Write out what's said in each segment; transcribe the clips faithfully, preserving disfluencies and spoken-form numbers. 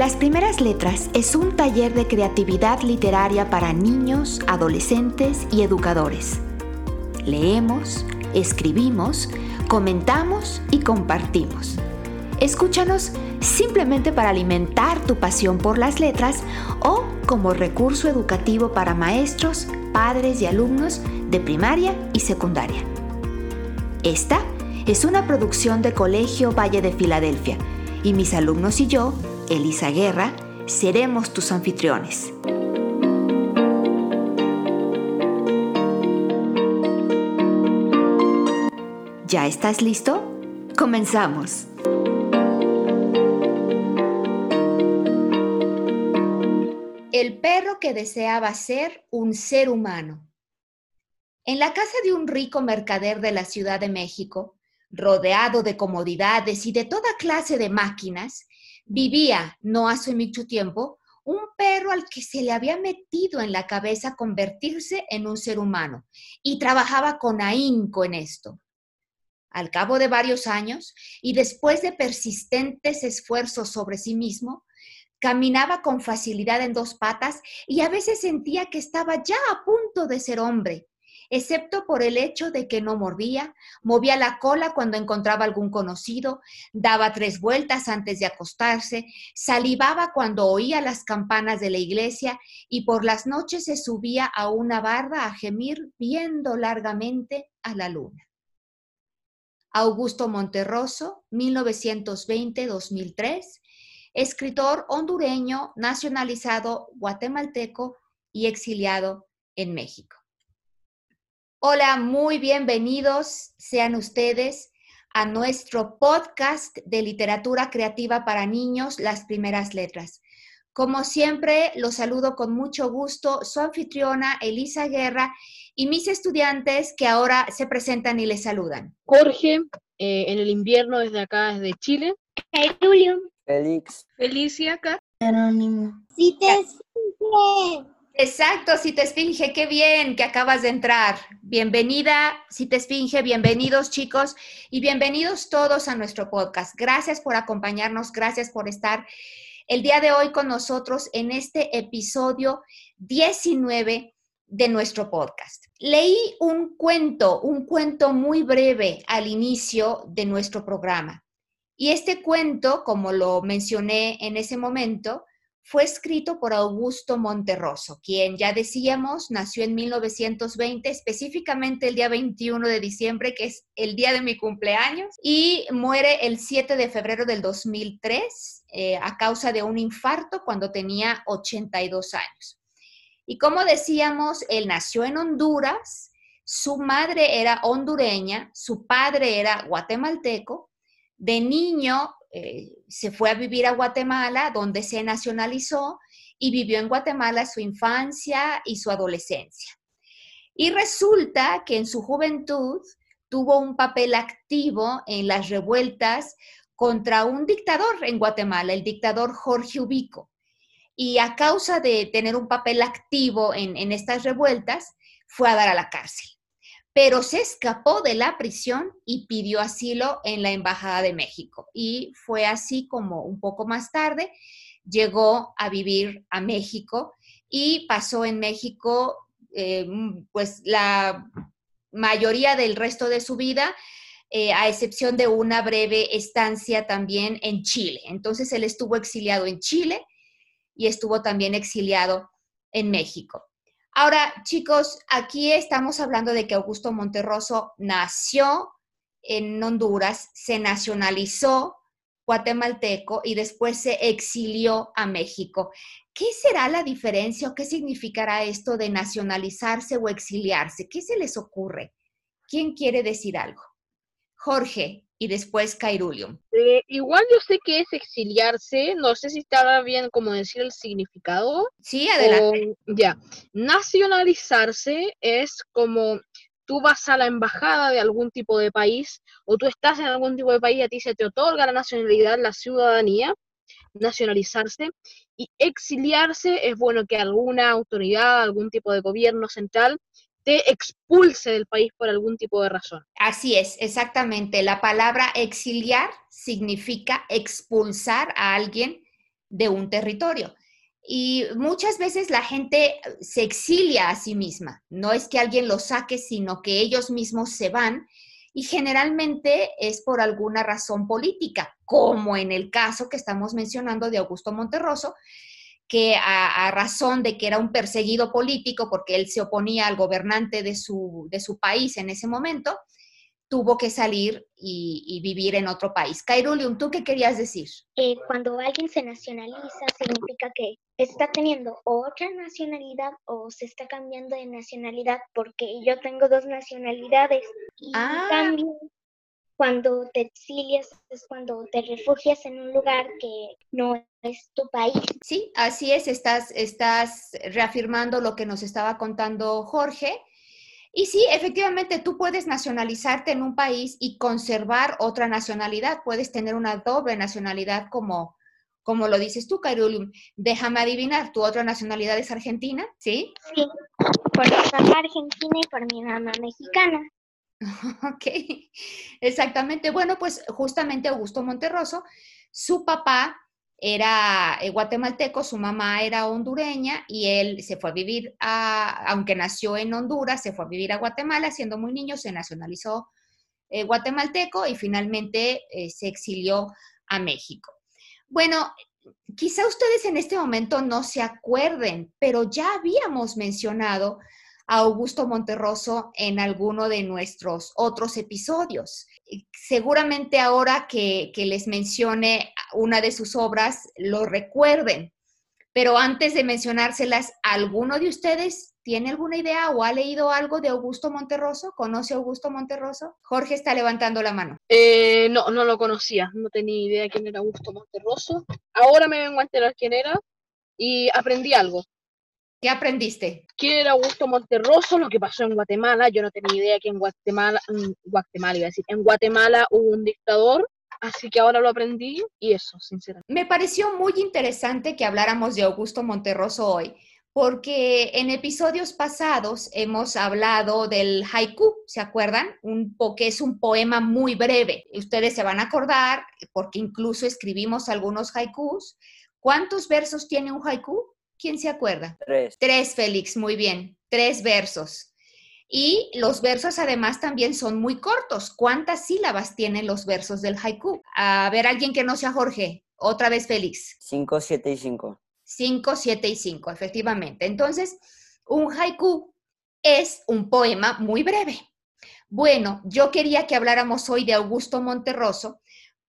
Las Primeras Letras es un taller de creatividad literaria para niños, adolescentes y educadores. Leemos, escribimos, comentamos y compartimos. Escúchanos simplemente para alimentar tu pasión por las letras o como recurso educativo para maestros, padres y alumnos de primaria y secundaria. Esta es una producción de Colegio Valle de Filadelfia y mis alumnos y yo, Elisa Guerra, seremos tus anfitriones. ¿Ya estás listo? ¡Comenzamos! El perro que deseaba ser un ser humano. En la casa de un rico mercader de la Ciudad de México, rodeado de comodidades y de toda clase de máquinas, vivía, no hace mucho tiempo, un perro al que se le había metido en la cabeza convertirse en un ser humano y trabajaba con ahínco en esto. Al cabo de varios años y después de persistentes esfuerzos sobre sí mismo, caminaba con facilidad en dos patas y a veces sentía que estaba ya a punto de ser hombre, excepto por el hecho de que no mordía, movía la cola cuando encontraba algún conocido, daba tres vueltas antes de acostarse, salivaba cuando oía las campanas de la iglesia y por las noches se subía a una barda a gemir viendo largamente a la luna. Augusto Monterroso, mil novecientos veinte a dos mil tres, escritor hondureño, nacionalizado guatemalteco y exiliado en México. Hola, muy bienvenidos sean ustedes a nuestro podcast de literatura creativa para niños, Las Primeras Letras. Como siempre, los saludo con mucho gusto, su anfitriona Elisa Guerra y mis estudiantes que ahora se presentan y les saludan. Jorge, eh, en el invierno desde acá, desde Chile. Julio. Félix. Felicia acá. Jerónimo. Sí te escuché. Exacto, Cita Esfinge, qué bien que acabas de entrar. Bienvenida, Cita Esfinge, bienvenidos chicos y bienvenidos todos a nuestro podcast. Gracias por acompañarnos, gracias por estar el día de hoy con nosotros en este episodio diecinueve de nuestro podcast. Leí un cuento, un cuento muy breve al inicio de nuestro programa. Y este cuento, como lo mencioné en ese momento, fue escrito por Augusto Monterroso, quien ya decíamos nació en mil novecientos veinte, específicamente el día veintiuno de diciembre, que es el día de mi cumpleaños, y muere el siete de febrero del dos mil tres eh, a causa de un infarto cuando tenía ochenta y dos años. Y como decíamos, él nació en Honduras, su madre era hondureña, su padre era guatemalteco. De niño eh, se fue a vivir a Guatemala, donde se nacionalizó y vivió en Guatemala su infancia y su adolescencia. Y resulta que en su juventud tuvo un papel activo en las revueltas contra un dictador en Guatemala, el dictador Jorge Ubico. Y a causa de tener un papel activo en, en estas revueltas, fue a dar a la cárcel. Pero se escapó de la prisión y pidió asilo en la Embajada de México. Y fue así como un poco más tarde llegó a vivir a México y pasó en México eh, pues la mayoría del resto de su vida, eh, a excepción de una breve estancia también en Chile. Entonces él estuvo exiliado en Chile y estuvo también exiliado en México. Ahora, chicos, aquí estamos hablando de que Augusto Monterroso nació en Honduras, se nacionalizó guatemalteco y después se exilió a México. ¿Qué será la diferencia o qué significará esto de nacionalizarse o exiliarse? ¿Qué se les ocurre? ¿Quién quiere decir algo? Jorge y después Cairulium. Eh, igual yo sé que es exiliarse, no sé si estaba bien como decir el significado. Sí, adelante. O, ya, nacionalizarse es como tú vas a la embajada de algún tipo de país o tú estás en algún tipo de país y a ti se te otorga la nacionalidad, la ciudadanía, nacionalizarse. Y exiliarse es bueno que alguna autoridad, algún tipo de gobierno central te expulse del país por algún tipo de razón. Así es, exactamente. La palabra exiliar significa expulsar a alguien de un territorio. Y muchas veces la gente se exilia a sí misma. No es que alguien los saque, sino que ellos mismos se van. Y generalmente es por alguna razón política, como en el caso que estamos mencionando de Augusto Monterroso, que a, a razón de que era un perseguido político, porque él se oponía al gobernante de su, de su país en ese momento, tuvo que salir y, y vivir en otro país. Kairulium, ¿tú qué querías decir? Eh, cuando alguien se nacionaliza, significa que está teniendo otra nacionalidad o se está cambiando de nacionalidad, porque yo tengo dos nacionalidades. Y Ah. en cambio, cuando te exilias es cuando te refugias en un lugar que no es tu país. Sí, así es, estás, estás reafirmando lo que nos estaba contando Jorge. Y sí, efectivamente, tú puedes nacionalizarte en un país y conservar otra nacionalidad. Puedes tener una doble nacionalidad como, como lo dices tú, Kairulium. Déjame adivinar, ¿tu otra nacionalidad es argentina? ¿Sí? Sí, por mi papá argentina y por mi mamá mexicana. Ok, exactamente. Bueno, pues justamente Augusto Monterroso, su papá era eh, guatemalteco, su mamá era hondureña y él se fue a vivir, a, aunque nació en Honduras, se fue a vivir a Guatemala, siendo muy niño, se nacionalizó eh, guatemalteco y finalmente eh, se exilió a México. Bueno, quizá ustedes en este momento no se acuerden, pero ya habíamos mencionado a Augusto Monterroso en alguno de nuestros otros episodios. Seguramente ahora que, que les mencione una de sus obras, lo recuerden. Pero antes de mencionárselas, ¿alguno de ustedes tiene alguna idea o ha leído algo de Augusto Monterroso? ¿Conoce a Augusto Monterroso? Jorge está levantando la mano. Eh, no, no lo conocía, no tenía idea quién era Augusto Monterroso. Ahora me vengo a enterar quién era y aprendí algo. ¿Qué aprendiste? ¿Quién era Augusto Monterroso? Lo que pasó en Guatemala. Yo no tenía idea que en Guatemala, en Guatemala iba a decir, en Guatemala hubo un dictador. Así que ahora lo aprendí y eso, sinceramente. Me pareció muy interesante que habláramos de Augusto Monterroso hoy, porque en episodios pasados hemos hablado del haiku, ¿se acuerdan? Un po que es un poema muy breve. Ustedes se van a acordar, porque incluso escribimos algunos haikus. ¿Cuántos versos tiene un haiku? ¿Quién se acuerda? Tres. Tres, Félix, muy bien. Tres versos. Y los versos además también son muy cortos. ¿Cuántas sílabas tienen los versos del haiku? A ver, alguien que no sea Jorge. Otra vez, Félix. Cinco, siete y cinco. Cinco, siete y cinco, efectivamente. Entonces, un haiku es un poema muy breve. Bueno, yo quería que habláramos hoy de Augusto Monterroso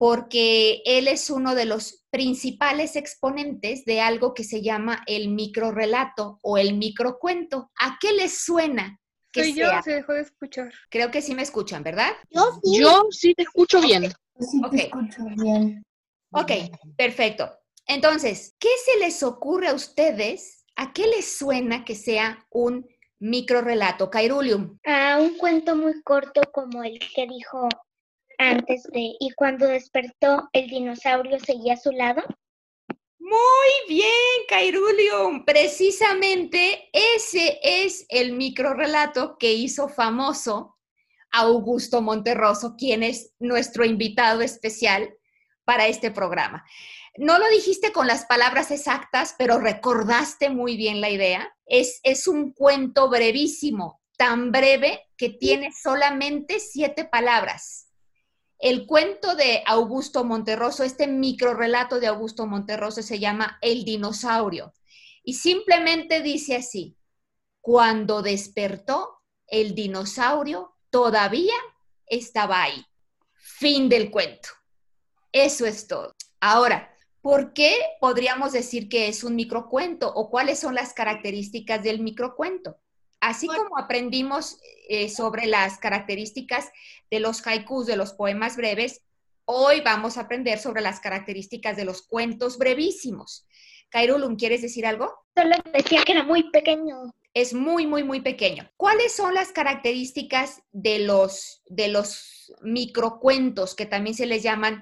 porque él es uno de los principales exponentes de algo que se llama el microrrelato o el microcuento. ¿A qué les suena? Que Soy yo, sea. se dejó de escuchar. Creo que sí me escuchan, ¿verdad? Yo sí. Yo sí te escucho bien. Sí Ok. te escucho bien. Ok, perfecto. Entonces, ¿qué se les ocurre a ustedes? ¿A qué les suena que sea un microrrelato? Kairulium. Ah, un cuento muy corto como el que dijo antes de, y cuando despertó el dinosaurio seguía a su lado. Muy bien, Kairulium. Precisamente ese es el microrrelato que hizo famoso a Augusto Monterroso, quien es nuestro invitado especial para este programa. No lo dijiste con las palabras exactas, pero recordaste muy bien la idea. Es, es un cuento brevísimo, tan breve que tiene solamente siete palabras. El cuento de Augusto Monterroso, este microrrelato de Augusto Monterroso se llama El dinosaurio y simplemente dice así: cuando despertó, el dinosaurio todavía estaba ahí. Fin del cuento. Eso es todo. Ahora, ¿por qué podríamos decir que es un microcuento o cuáles son las características del microcuento? Así como aprendimos eh, sobre las características de los haikus, de los poemas breves, hoy vamos a aprender sobre las características de los cuentos brevísimos. Kairulium, ¿quieres decir algo? Solo decía que era muy pequeño. Es muy, muy, muy pequeño. ¿Cuáles son las características de los, de los microcuentos, que también se les llaman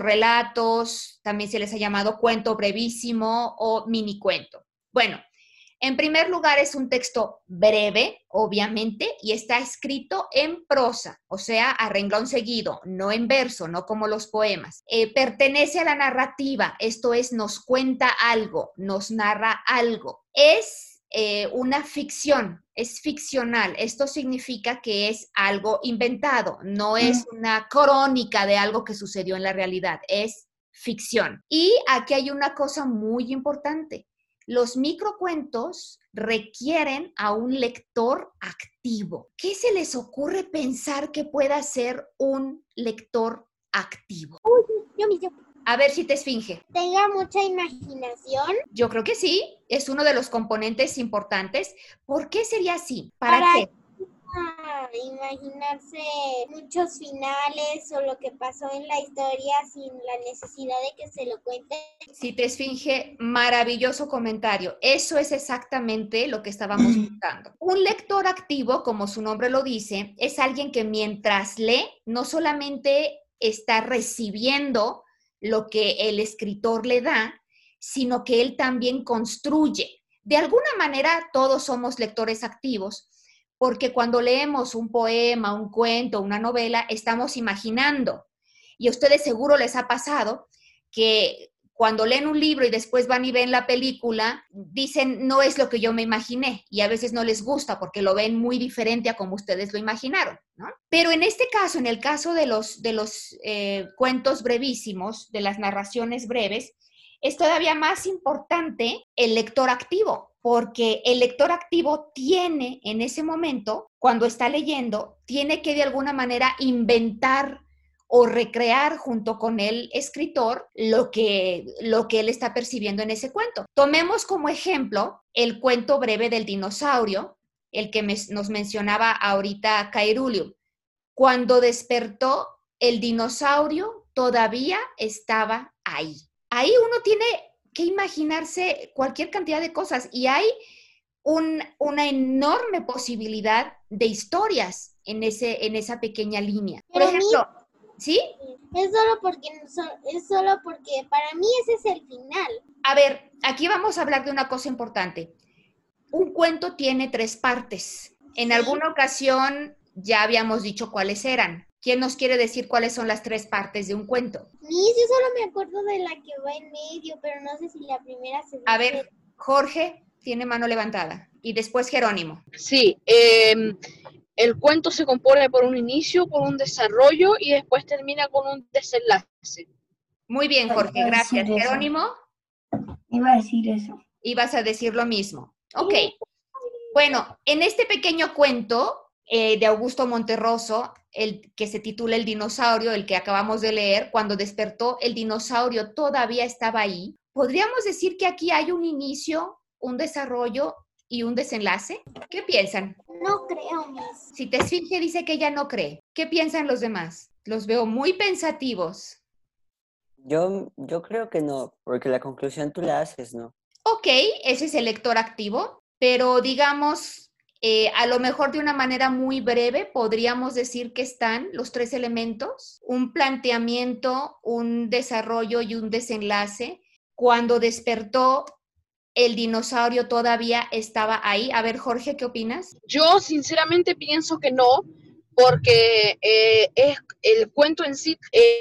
microrrelatos, también se les ha llamado cuento brevísimo o minicuento? Bueno, En primer lugar, es un texto breve, obviamente, y está escrito en prosa, o sea, a renglón seguido, no en verso, no como los poemas. Eh, pertenece a la narrativa, esto es, nos cuenta algo, nos narra algo. Es eh, una ficción, es ficcional. Esto significa que es algo inventado, no es una crónica de algo que sucedió en la realidad, es ficción. Y aquí hay una cosa muy importante. Los microcuentos requieren a un lector activo. ¿Qué se les ocurre pensar que pueda ser un lector activo? Uy, yo mismo. A ver si te esfinge. Tenga mucha imaginación. Yo creo que sí, es uno de los componentes importantes. ¿Por qué sería así? ¿Para, Para qué? Imaginarse muchos finales o lo que pasó en la historia sin la necesidad de que se lo cuente. Si te esfinge, maravilloso comentario. Eso es exactamente lo que estábamos buscando. Un lector activo, como su nombre lo dice, es alguien que mientras lee, no solamente está recibiendo lo que el escritor le da, sino que él también construye. De alguna manera, todos somos lectores activos, porque cuando leemos un poema, un cuento, una novela, estamos imaginando. Y a ustedes seguro les ha pasado que cuando leen un libro y después van y ven la película, dicen, no es lo que yo me imaginé, y a veces no les gusta porque lo ven muy diferente a como ustedes lo imaginaron, ¿no? Pero en este caso, en el caso de los, de los eh, cuentos brevísimos, de las narraciones breves, es todavía más importante el lector activo, porque el lector activo tiene en ese momento, cuando está leyendo, tiene que de alguna manera inventar o recrear junto con el escritor lo que, lo que él está percibiendo en ese cuento. Tomemos como ejemplo el cuento breve del dinosaurio, el que me, nos mencionaba ahorita Cairulio. Cuando despertó, el dinosaurio todavía estaba ahí. Ahí uno tiene que imaginarse cualquier cantidad de cosas y hay un, una enorme posibilidad de historias en, ese, en esa pequeña línea. Por Pero ejemplo, ¿sí? Es solo porque es solo porque para mí ese es el final. A ver, aquí vamos a hablar de una cosa importante. Un cuento tiene tres partes. En Sí. alguna ocasión ya habíamos dicho cuáles eran. ¿Quién nos quiere decir cuáles son las tres partes de un cuento? Sí, yo solo me acuerdo de la que va en medio, pero no sé si la primera se dice. A ver, Jorge tiene mano levantada y después Jerónimo. Sí, eh, el cuento se compone por un inicio, por un desarrollo y después termina con un desenlace. Muy bien, Jorge, gracias. Jerónimo. Iba a decir eso. Ibas a decir lo mismo. Ok. Bueno, en este pequeño cuento eh, de Augusto Monterroso, el que se titula El dinosaurio, el que acabamos de leer, cuando despertó el dinosaurio todavía estaba ahí. ¿Podríamos decir que aquí hay un inicio, un desarrollo y un desenlace? ¿Qué piensan? No creo, Miss. Si te esfinge dice que ella no cree. ¿Qué piensan los demás? Los veo muy pensativos. Yo, yo creo que no, porque la conclusión tú la haces, ¿no? Ok, ese es el lector activo, pero digamos, eh, a lo mejor de una manera muy breve podríamos decir que están los tres elementos, un planteamiento, un desarrollo y un desenlace. Cuando despertó, el dinosaurio todavía estaba ahí. A ver, Jorge, ¿qué opinas? Yo sinceramente pienso que no, porque eh, es, el cuento en sí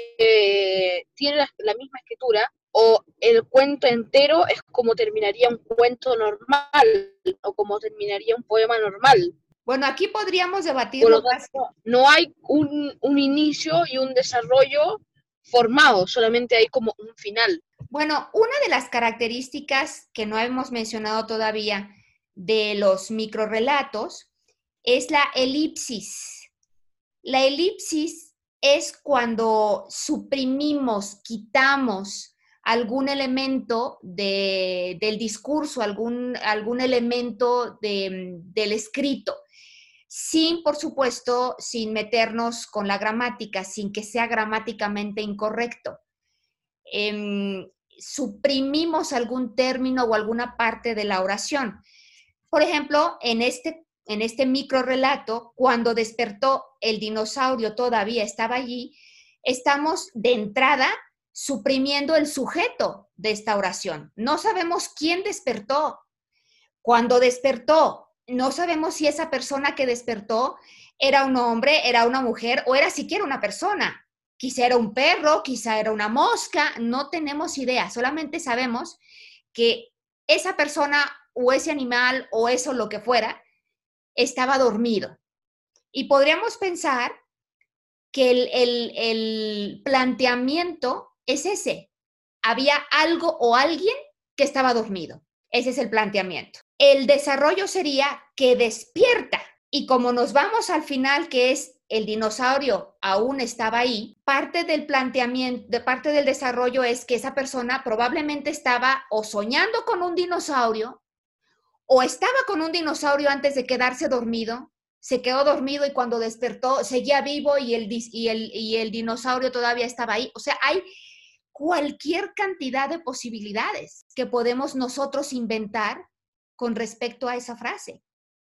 eh, tiene la, la misma escritura, o el cuento entero es como terminaría un cuento normal, o como terminaría un poema normal. Bueno, aquí podríamos Por debatirlo lo más. tanto, no hay un, un inicio y un desarrollo formado, solamente hay como un final. Bueno, una de las características que no hemos mencionado todavía de los microrrelatos es la elipsis. La elipsis es cuando suprimimos, quitamos algún elemento de, del discurso, algún, algún elemento de, del escrito, sin, por supuesto, sin meternos con la gramática, sin que sea gramáticamente incorrecto. Eh, suprimimos algún término o alguna parte de la oración. Por ejemplo, en este En este microrrelato, cuando despertó el dinosaurio todavía estaba allí, estamos de entrada suprimiendo el sujeto de esta oración. No sabemos quién despertó. Cuando despertó, no sabemos si esa persona que despertó era un hombre, era una mujer o era siquiera una persona. Quizá era un perro, quizá era una mosca, no tenemos idea. Solamente sabemos que esa persona o ese animal o eso lo que fuera estaba dormido. Y podríamos pensar que el, el, el planteamiento es ese. Había algo o alguien que estaba dormido. Ese es el planteamiento. El desarrollo sería que despierta. Y como nos vamos al final, que es el dinosaurio aún estaba ahí, parte del planteamiento, de parte del desarrollo es que esa persona probablemente estaba o soñando con un dinosaurio o estaba con un dinosaurio antes de quedarse dormido, se quedó dormido y cuando despertó seguía vivo y el, y el, y el dinosaurio todavía estaba ahí. O sea, hay cualquier cantidad de posibilidades que podemos nosotros inventar con respecto a esa frase.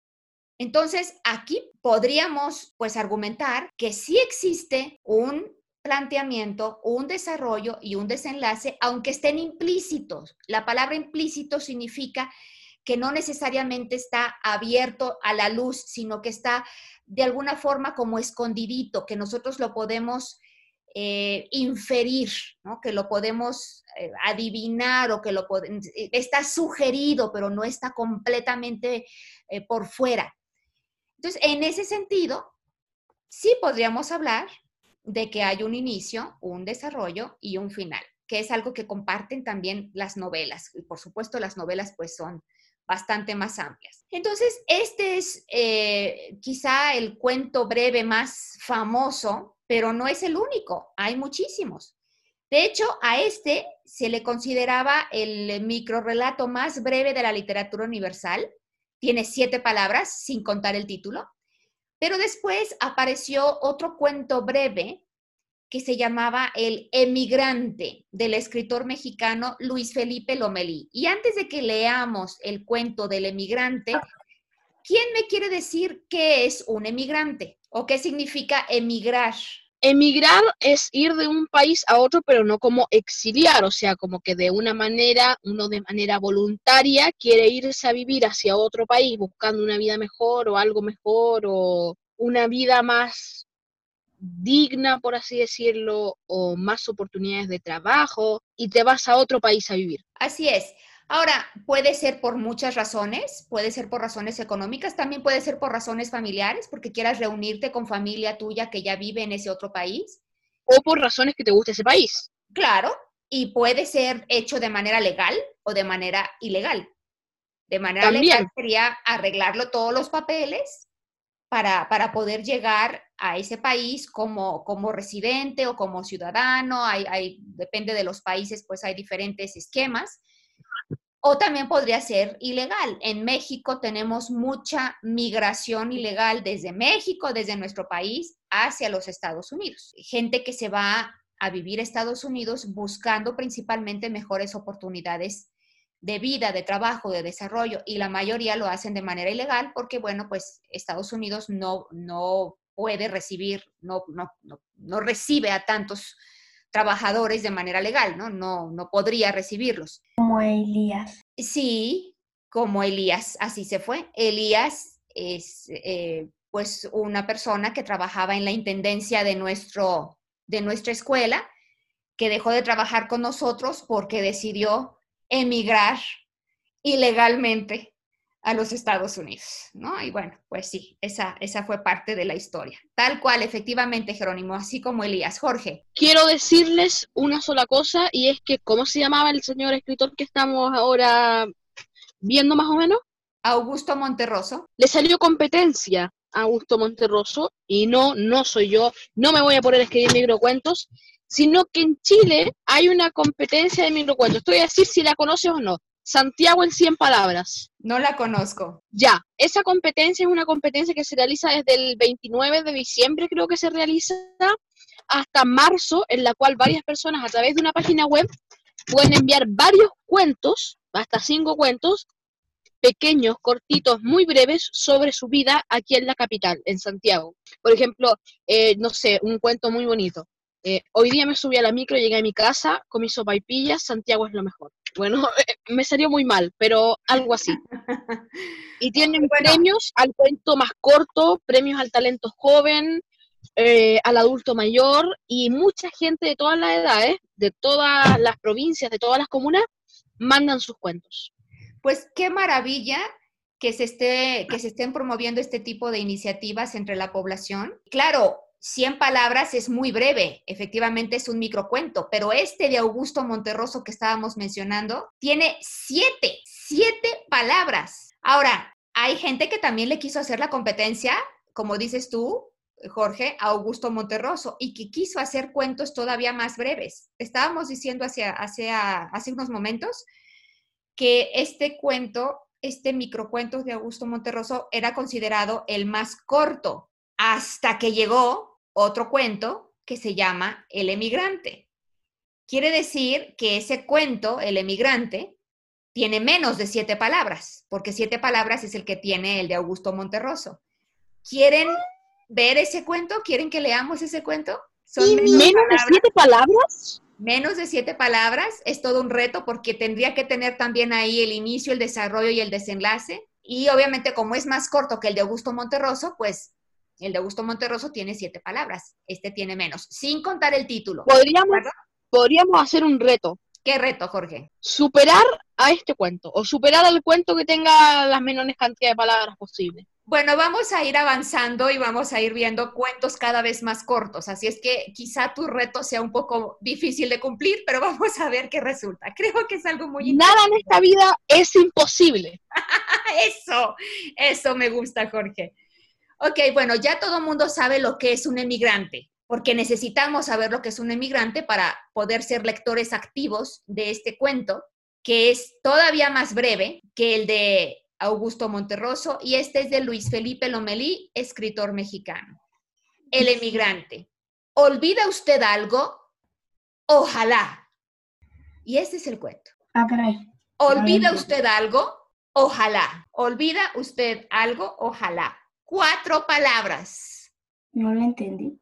Entonces, aquí podríamos pues argumentar que sí existe un planteamiento, un desarrollo y un desenlace, aunque estén implícitos. La palabra implícito significa que no necesariamente está abierto a la luz, sino que está de alguna forma como escondidito, que nosotros lo podemos eh, inferir, ¿no? Que lo podemos eh, adivinar o que lo podemos, está sugerido, pero no está completamente eh, por fuera. Entonces, en ese sentido, sí podríamos hablar de que hay un inicio, un desarrollo y un final, que es algo que comparten también las novelas. Y por supuesto, las novelas pues son bastante más amplias. Entonces, este es eh, quizá el cuento breve más famoso, pero no es el único, hay muchísimos. De hecho, a este se le consideraba el microrrelato más breve de la literatura universal. Tiene siete palabras, sin contar el título. Pero después apareció otro cuento breve que se llamaba El Emigrante, del escritor mexicano Luis Felipe Lomelí. Y antes de que leamos el cuento del emigrante, ¿quién me quiere decir qué es un emigrante? ¿O qué significa emigrar? Emigrar es ir de un país a otro, pero no como exiliar, o sea, como que de una manera, uno de manera voluntaria quiere irse a vivir hacia otro país buscando una vida mejor o algo mejor o una vida más digna, por así decirlo, o más oportunidades de trabajo y te vas a otro país a vivir. Así es. Ahora, puede ser por muchas razones, puede ser por razones económicas, también puede ser por razones familiares, porque quieras reunirte con familia tuya que ya vive en ese otro país. O por razones que te guste ese país. Claro, y puede ser hecho de manera legal o de manera ilegal. De manera También. legal sería arreglarlo todos los papeles para, para poder llegar a ese país como, como residente o como ciudadano. Hay, hay, depende de los países, pues hay diferentes esquemas. O también podría ser ilegal. En México tenemos mucha migración ilegal desde México, desde nuestro país, hacia los Estados Unidos. Gente que se va a vivir a Estados Unidos buscando principalmente mejores oportunidades de vida, de trabajo, de desarrollo, y la mayoría lo hacen de manera ilegal porque, bueno, pues Estados Unidos no, no puede recibir, no, no, no, no recibe a tantos trabajadores de manera legal, ¿no? No, no podría recibirlos. Como Elías. Sí, como Elías, así se fue. Elías es eh, pues una persona que trabajaba en la intendencia de, nuestro, de nuestra escuela, que dejó de trabajar con nosotros porque decidió emigrar ilegalmente a los Estados Unidos, ¿no? Y bueno, pues sí, esa, esa fue parte de la historia. Tal cual, efectivamente, Jerónimo, así como Elías. Jorge. Quiero decirles una sola cosa, y es que, ¿cómo se llamaba el señor escritor que estamos ahora viendo más o menos? Augusto Monterroso. Le salió competencia a Augusto Monterroso, y no, no soy yo, no me voy a poner a escribir microcuentos, sino que en Chile hay una competencia de microcuentos. Estoy a decir si la conoces o no. Santiago en cien palabras. No la conozco. Ya, esa competencia es una competencia que se realiza desde el veintinueve de diciembre, creo que se realiza, hasta marzo, en la cual varias personas a través de una página web pueden enviar varios cuentos, hasta cinco cuentos, pequeños, cortitos, muy breves, sobre su vida aquí en la capital, en Santiago. Por ejemplo, eh, no sé, un cuento muy bonito. Eh, hoy día me subí a la micro, llegué a mi casa, comí sopaipillas, Santiago es lo mejor. Bueno, me salió muy mal, pero algo así. Y tienen Bueno, premios al cuento más corto, premios al talento joven, eh, al adulto mayor, y mucha gente de todas las edades, de todas las provincias, de todas las comunas, mandan sus cuentos. pues qué maravilla que se esté, que se estén promoviendo este tipo de iniciativas entre la población. Claro, cien palabras es muy breve, efectivamente es un microcuento, pero este de Augusto Monterroso que estábamos mencionando tiene siete, siete palabras. Ahora, hay gente que también le quiso hacer la competencia, como dices tú, Jorge, a Augusto Monterroso, y que quiso hacer cuentos todavía más breves. Estábamos diciendo hacia, hacia, hace unos momentos que este cuento, este microcuento de Augusto Monterroso era considerado el más corto, hasta que llegó otro cuento que se llama El Emigrante. Quiere decir que ese cuento, El Emigrante, tiene menos de siete palabras, porque siete palabras es el que tiene el de Augusto Monterroso. ¿Quieren ver ese cuento? ¿Quieren que leamos ese cuento? Son menos, menos de siete palabras. Menos de siete palabras, es todo un reto porque tendría que tener también ahí el inicio, el desarrollo y el desenlace. Y obviamente como es más corto que el de Augusto Monterroso, pues el de Augusto Monterroso tiene siete palabras, este tiene menos, sin contar el título. Podríamos, podríamos hacer un reto. ¿Qué reto, Jorge? Superar a este cuento, o superar al cuento que tenga las menores cantidades de palabras posibles. Bueno, vamos a ir avanzando y vamos a ir viendo cuentos cada vez más cortos, así es que quizá tu reto sea un poco difícil de cumplir, pero vamos a ver qué resulta. Creo que es algo muy interesante. Nada en esta vida es imposible. Eso, eso me gusta, Jorge. Ok, bueno, ya todo el mundo sabe lo que es un emigrante, porque necesitamos saber lo que es un emigrante para poder ser lectores activos de este cuento, que es todavía más breve que el de Augusto Monterroso, y este es de Luis Felipe Lomelí, escritor mexicano. El emigrante. ¿Olvida usted algo? Ojalá. Y este es el cuento. Ah, caray. ¿Olvida usted algo? Ojalá. ¿Olvida usted algo? Ojalá. Cuatro palabras. No lo entendí.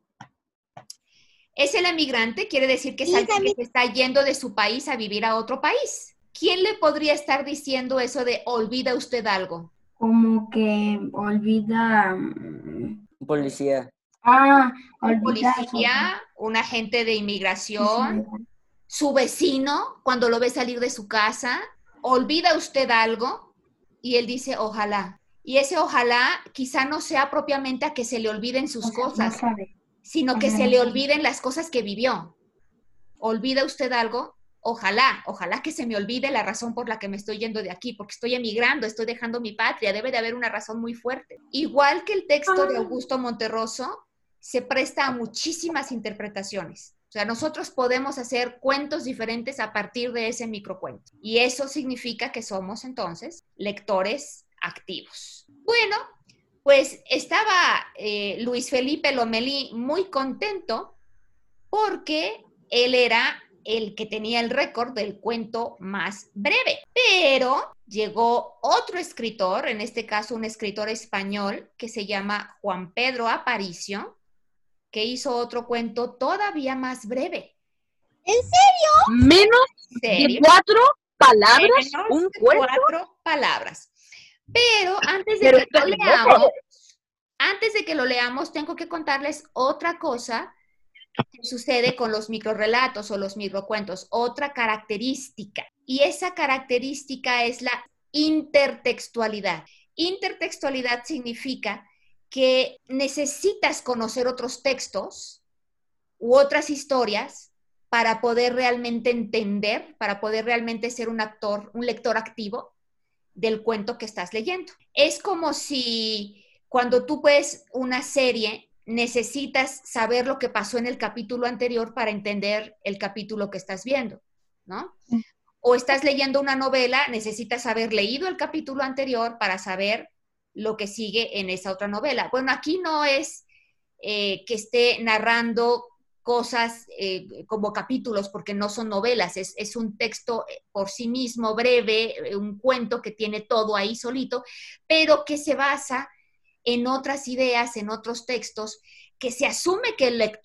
Es el emigrante, quiere decir que es alguien que se está yendo de su país a vivir a otro país. ¿Quién le podría estar diciendo eso de olvida usted algo? Como que olvida... Policía. Ah, olvida. Policía, un agente de inmigración, sí, su vecino, cuando lo ve salir de su casa, olvida usted algo, y él dice ojalá. Y ese ojalá quizá no sea propiamente a que se le olviden sus o sea, cosas, no sino o que sea, se le olviden las cosas que vivió. ¿Olvida usted algo? Ojalá, ojalá que se me olvide la razón por la que me estoy yendo de aquí, porque estoy emigrando, estoy dejando mi patria, debe de haber una razón muy fuerte. Igual que el texto de Augusto Monterroso, se presta a muchísimas interpretaciones. O sea, nosotros podemos hacer cuentos diferentes a partir de ese microcuento. Y eso significa que somos entonces lectores activos. Bueno, pues estaba eh, Luis Felipe Lomelí muy contento porque él era el que tenía el récord del cuento más breve. Pero llegó otro escritor, en este caso un escritor español que se llama Juan Pedro Aparicio, que hizo otro cuento todavía más breve. ¿En serio? ¿Menos ¿Serio? de cuatro palabras? Menos ¿Un de cuento? cuatro palabras. Pero antes de Pero que lo leamos, loco. antes de que lo leamos, tengo que contarles otra cosa que sucede con los microrrelatos o los microcuentos, otra característica. Y esa característica es la intertextualidad. Intertextualidad significa que necesitas conocer otros textos u otras historias para poder realmente entender, para poder realmente ser un actor, un lector activo del cuento que estás leyendo. Es como si cuando tú ves una serie, necesitas saber lo que pasó en el capítulo anterior para entender el capítulo que estás viendo, ¿no? O estás leyendo una novela, necesitas haber leído el capítulo anterior para saber lo que sigue en esa otra novela. Bueno, aquí no es eh, que esté narrando cosas eh, como capítulos, porque no son novelas, es, es un texto por sí mismo, breve, un cuento que tiene todo ahí solito, pero que se basa en otras ideas, en otros textos, que se asume que el lector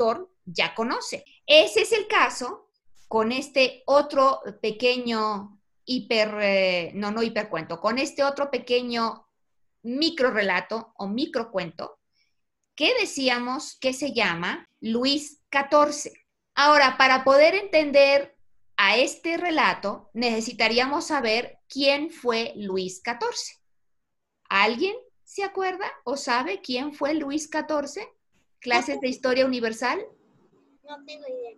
ya conoce. Ese es el caso con este otro pequeño hiper, eh, no, no hipercuento, con este otro pequeño micro relato o microcuento que decíamos que se llama Luis catorce. Ahora, para poder entender a este relato, necesitaríamos saber quién fue Luis catorce. ¿Alguien se acuerda o sabe quién fue Luis catorce? ¿Clases de historia universal? No tengo idea.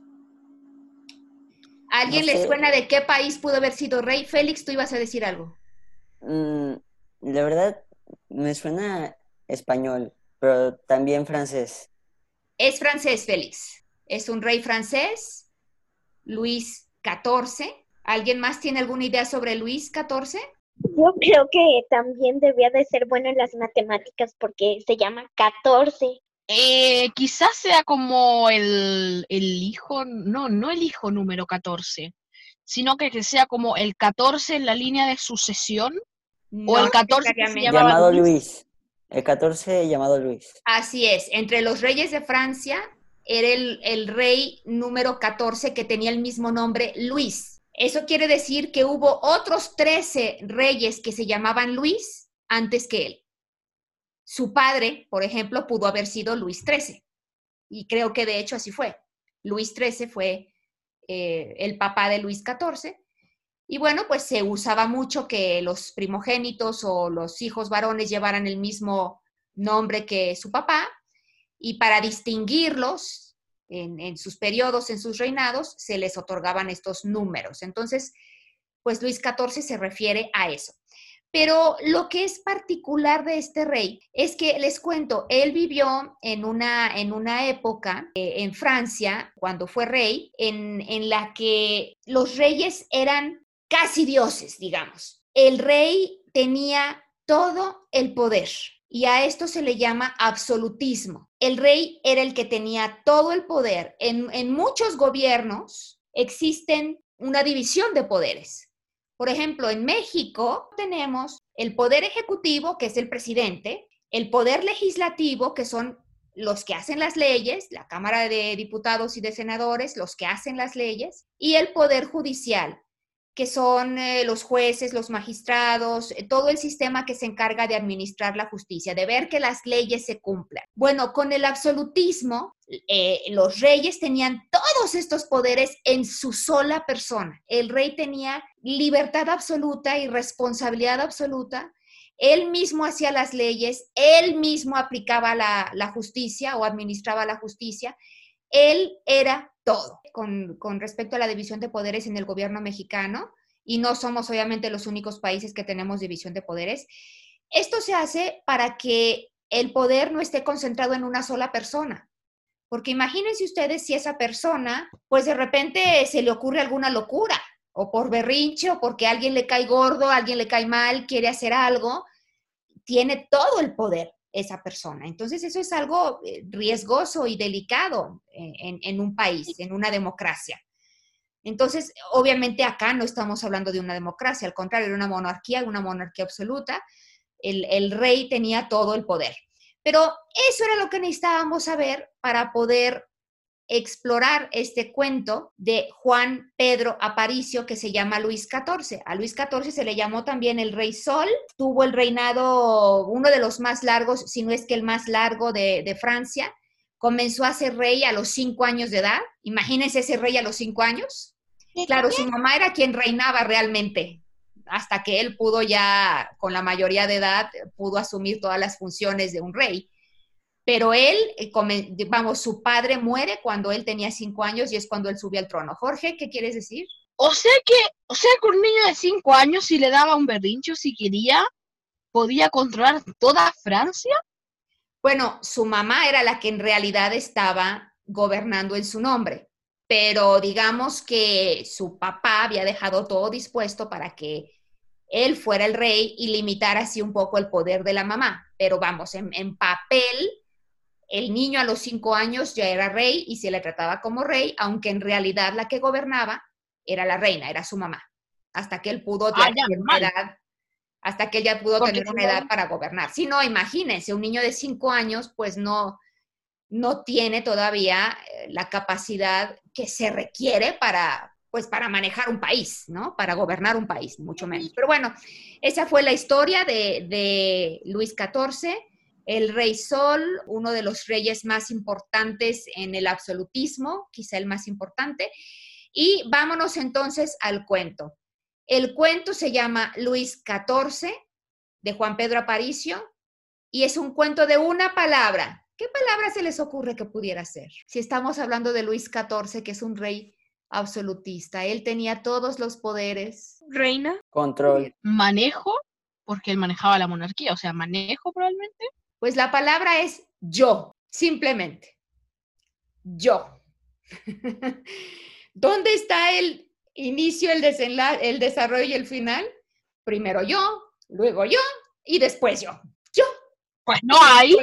¿A alguien No le sé. suena de qué país pudo haber sido rey? Félix, tú ibas a decir algo. Mm, la verdad, me suena español, pero también francés. Es francés, Félix. Es un rey francés, Luis catorce. ¿Alguien más tiene alguna idea sobre Luis catorce? Yo creo que también debía de ser bueno en las matemáticas porque se llama catorce. Eh, quizás sea como el, el hijo, no, no el hijo número catorce, sino que, que sea como el catorce en la línea de sucesión, No o el catorce que se necesariamente. llamaba Llamado Luis. Luis. El catorce llamado Luis. Así es, entre los reyes de Francia era el, el rey número catorce que tenía el mismo nombre, Luis. Eso quiere decir que hubo otros trece reyes que se llamaban Luis antes que él. Su padre, por ejemplo, pudo haber sido Luis trece. Y creo que de hecho así fue. Luis trece fue eh, el papá de Luis catorce. Y bueno, pues se usaba mucho que los primogénitos o los hijos varones llevaran el mismo nombre que su papá. Y para distinguirlos en, en sus periodos, en sus reinados, se les otorgaban estos números. Entonces, pues Luis catorce se refiere a eso. Pero lo que es particular de este rey es que, les cuento, él vivió en una, en una época eh, en Francia, cuando fue rey, en, en la que los reyes eran casi dioses, digamos. El rey tenía todo el poder y a esto se le llama absolutismo. El rey era el que tenía todo el poder. En, en muchos gobiernos existen una división de poderes. Por ejemplo, en México tenemos el poder ejecutivo, que es el presidente, el poder legislativo, que son los que hacen las leyes, la Cámara de Diputados y de Senadores, los que hacen las leyes, y el poder judicial, que son eh, los jueces, los magistrados, eh, todo el sistema que se encarga de administrar la justicia, de ver que las leyes se cumplan. Bueno, con el absolutismo, eh, los reyes tenían todos estos poderes en su sola persona. El rey tenía libertad absoluta y responsabilidad absoluta. Él mismo hacía las leyes, él mismo aplicaba la, la justicia o administraba la justicia. Él era todo. Con, con respecto a la división de poderes en el gobierno mexicano, y no somos obviamente los únicos países que tenemos división de poderes, esto se hace para que el poder no esté concentrado en una sola persona. Porque imagínense ustedes si esa persona, pues de repente se le ocurre alguna locura, o por berrinche, o porque a alguien le cae gordo, a alguien le cae mal, quiere hacer algo, tiene todo el poder esa persona. Entonces eso es algo riesgoso y delicado en, en un país, en una democracia. Entonces, obviamente acá no estamos hablando de una democracia, al contrario, era una monarquía, una monarquía absoluta. El, el rey tenía todo el poder. Pero eso era lo que necesitábamos saber para poder explorar este cuento de Juan Pedro Aparicio que se llama Luis catorce. A Luis catorce se le llamó también el Rey Sol. Tuvo el reinado, uno de los más largos, si no es que el más largo de, de Francia. Comenzó a ser rey a los cinco años de edad. Imagínense ese rey a los cinco años. Claro, su mamá era quien reinaba realmente, hasta que él pudo ya, con la mayoría de edad, pudo asumir todas las funciones de un rey. Pero él, vamos, su padre muere cuando él tenía cinco años y es cuando él subió al trono. Jorge, ¿qué quieres decir? O sea que, o sea que un niño de cinco años, si le daba un berrincho, si quería, podía controlar toda Francia. Bueno, su mamá era la que en realidad estaba gobernando en su nombre, pero digamos que su papá había dejado todo dispuesto para que él fuera el rey y limitar así un poco el poder de la mamá. Pero vamos, en, en papel, el niño a los cinco años ya era rey y se le trataba como rey, aunque en realidad la que gobernaba era la reina, era su mamá, hasta que él pudo Ah, ya, tener una edad, hasta que él ya pudo Porque tener si una no- edad para gobernar. Si no, imagínense, un niño de cinco años, pues no, no tiene todavía la capacidad que se requiere para, pues, para manejar un país, ¿no? Para gobernar un país, mucho menos. Pero bueno, esa fue la historia de, de Luis catorce, el Rey Sol, uno de los reyes más importantes en el absolutismo, quizá el más importante. Y vámonos entonces al cuento. El cuento se llama Luis catorce, de Juan Pedro Aparicio, y es un cuento de una palabra. ¿Qué palabra se les ocurre que pudiera ser? Si estamos hablando de Luis catorce, que es un rey absolutista, él tenía todos los poderes. Reina. Control. Manejo, porque él manejaba la monarquía, o sea, manejo probablemente. Pues la palabra es yo, simplemente. Yo. ¿Dónde está el inicio, el desenlace, el desarrollo y el final? Primero yo, luego yo y después yo. Yo. Pues no hay.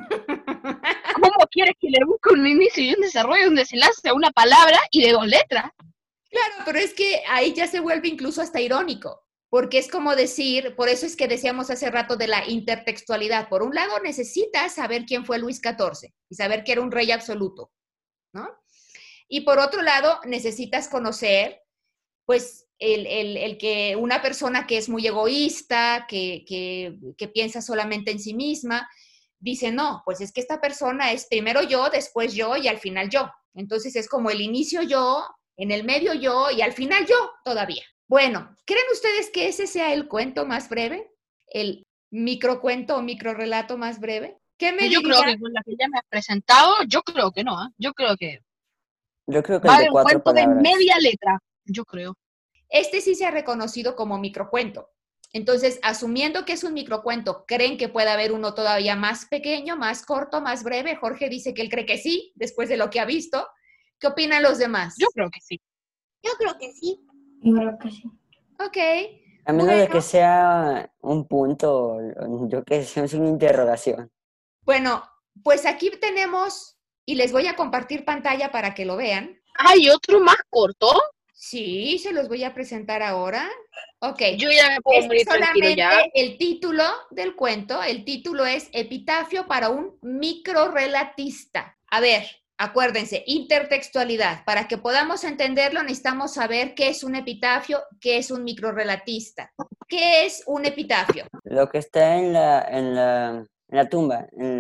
¿Cómo quieres que le busque un inicio y un desarrollo, un desenlace a una palabra y de dos letras? Claro, pero es que ahí ya se vuelve incluso hasta irónico, porque es como decir, por eso es que decíamos hace rato de la intertextualidad. Por un lado, necesitas saber quién fue Luis catorce y saber que era un rey absoluto, ¿no? Y por otro lado, necesitas conocer, pues, el, el, el que una persona que es muy egoísta, que, que, que piensa solamente en sí misma, dice, no, pues es que esta persona es primero yo, después yo y al final yo. Entonces es como el inicio yo, en el medio yo y al final yo todavía. Bueno, ¿creen ustedes que ese sea el cuento más breve? ¿El microcuento o microrelato más breve? ¿Qué me Yo diría? creo que con la que ya me has presentado, yo creo que no, ¿eh? Yo creo que Yo creo que va el a de haber un cuatro cuento de palabras. media letra, yo creo. Este sí se ha reconocido como microcuento. Entonces, asumiendo que es un microcuento, ¿creen que puede haber uno todavía más pequeño, más corto, más breve? Jorge dice que él cree que sí, después de lo que ha visto. ¿Qué opinan los demás? Yo creo que sí. Yo creo que sí. Yo creo que sí. Ok. A menos de Bueno. que sea un punto, yo que sé, es una interrogación. Bueno, pues aquí tenemos, y les voy a compartir pantalla para que lo vean. ¿Hay otro más corto? Sí, se los voy a presentar ahora. Ok. Yo ya me puedo Este morir es tranquilo solamente ya. el título del cuento. El título es Epitafio para un microrelatista. A ver, acuérdense, intertextualidad. Para que podamos entenderlo, necesitamos saber qué es un epitafio, qué es un microrelatista. ¿Qué es un epitafio? Lo que está en la, en la, en la tumba, en,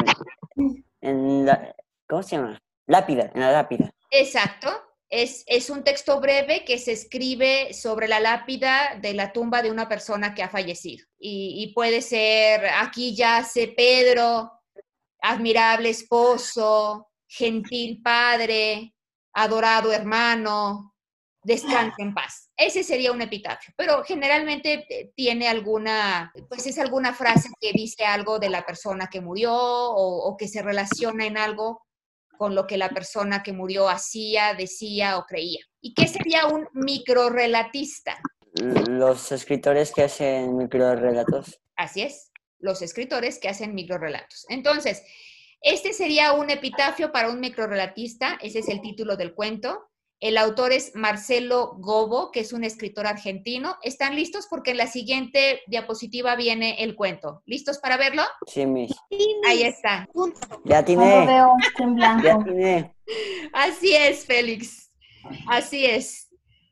en la, ¿cómo se llama? Lápida, en la lápida. Exacto. Es, es un texto breve que se escribe sobre la lápida de la tumba de una persona que ha fallecido. Y, y puede ser, aquí yace Pedro, admirable esposo, gentil padre, adorado hermano, descansa en paz. Ese sería un epitafio, pero generalmente tiene alguna, pues es alguna frase que dice algo de la persona que murió o, o que se relaciona en algo con lo que la persona que murió hacía, decía o creía. ¿Y qué sería un microrelatista? Los escritores que hacen microrelatos. Así es, los escritores que hacen microrelatos. Entonces, este sería un epitafio para un microrelatista, ese es el título del cuento. El autor es Marcelo Gobo, que es un escritor argentino. ¿Están listos? Porque en la siguiente diapositiva viene el cuento. ¿Listos para verlo? Sí, mis. Ahí está. Ya No tiene. lo veo, está en Ya blanco. tiene. Así es, Félix. Así es.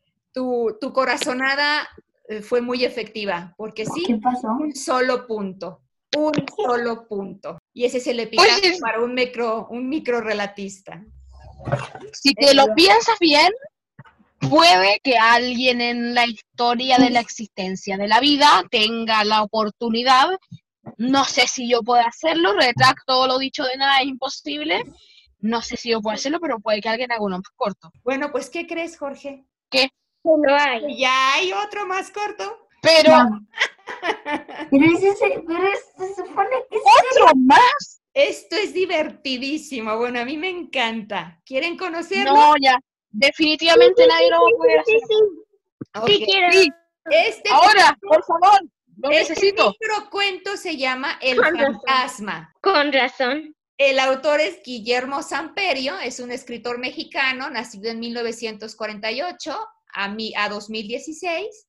Tu, tu corazonada eh, fue muy efectiva, porque sí, ¿Qué pasó? un solo punto. Un solo punto. Y ese es el epitafio Oye. para un micro, un microrelatista. Si te lo piensas bien, puede que alguien en la historia de la existencia de la vida tenga la oportunidad, no sé si yo pueda hacerlo, retracto lo dicho de nada, es imposible, no sé si yo puedo hacerlo, pero puede que alguien haga uno más corto. Bueno, pues, ¿qué crees, Jorge? ¿Qué? Lo hay. Ya hay otro más corto. Pero No. Pero ese se, pero se supone que es otro más. Esto es divertidísimo. Bueno, a mí me encanta. ¿Quieren conocerlo? No, ya, definitivamente nadie lo va a poder hacer. Ok. Sí, quiero. Sí, Este, ahora, por favor, lo este necesito. microcuento se llama El Con razón. Fantasma. Con razón. El autor es Guillermo Samperio, es un escritor mexicano, nacido en mil novecientos cuarenta y ocho a, mi, a dos mil dieciséis.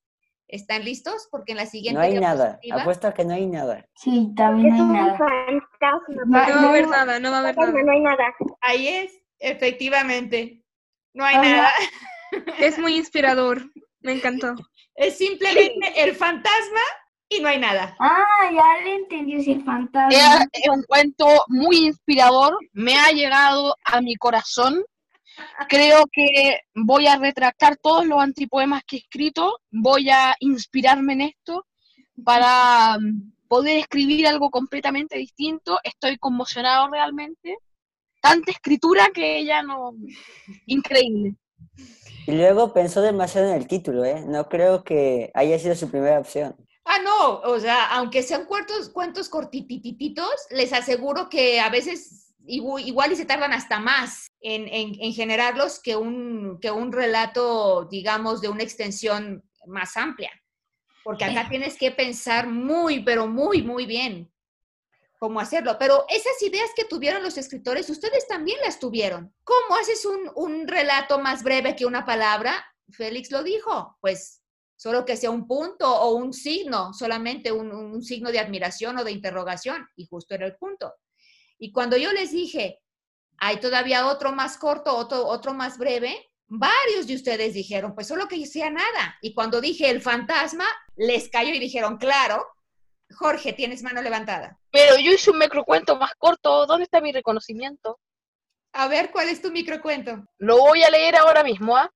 ¿Están listos? Porque en la No siguiente hay nada. diapositiva... Apuesto a que no hay nada. Sí, también Es no hay un nada. fantasma. Ma- pero No va a haber no, nada, no va a haber fantasma, nada. no hay nada. Ahí es, efectivamente. No hay Hola. nada. Es muy inspirador. Me encantó. Es simplemente el fantasma y no hay nada. Ah, ya le entendí, es el Es, fantasma. es un cuento muy inspirador, me ha llegado a mi corazón. Creo que voy a retractar todos los antipoemas que he escrito, voy a inspirarme en esto para mm, poder escribir algo completamente distinto. Estoy conmocionado realmente. Tanta escritura que ya no... Increíble. Y luego pensó demasiado en el título, ¿eh? No creo que haya sido su primera opción. Ah, no, o sea, aunque sean cuentos, cuentos cortitititos, les aseguro que a veces igu- igual y se tardan hasta más en, en- en generarlos que un, que un relato, digamos, de una extensión más amplia. Porque acá tienes que pensar muy, pero muy, muy bien cómo hacerlo. Pero esas ideas que tuvieron los escritores, ustedes también las tuvieron. ¿Cómo haces un, un relato más breve que una palabra? Félix lo dijo, pues solo que sea un punto o un signo, solamente un, un signo de admiración o de interrogación, y justo era el punto. Y cuando yo les dije, hay todavía otro más corto, otro, otro más breve, varios de ustedes dijeron, pues solo que sea nada. Y cuando dije el fantasma, les cayó y dijeron, claro. Jorge, tienes mano levantada. Pero yo hice un microcuento más corto, ¿dónde está mi reconocimiento? A ver, ¿cuál es tu microcuento? Lo voy a leer ahora mismo, ¿ah?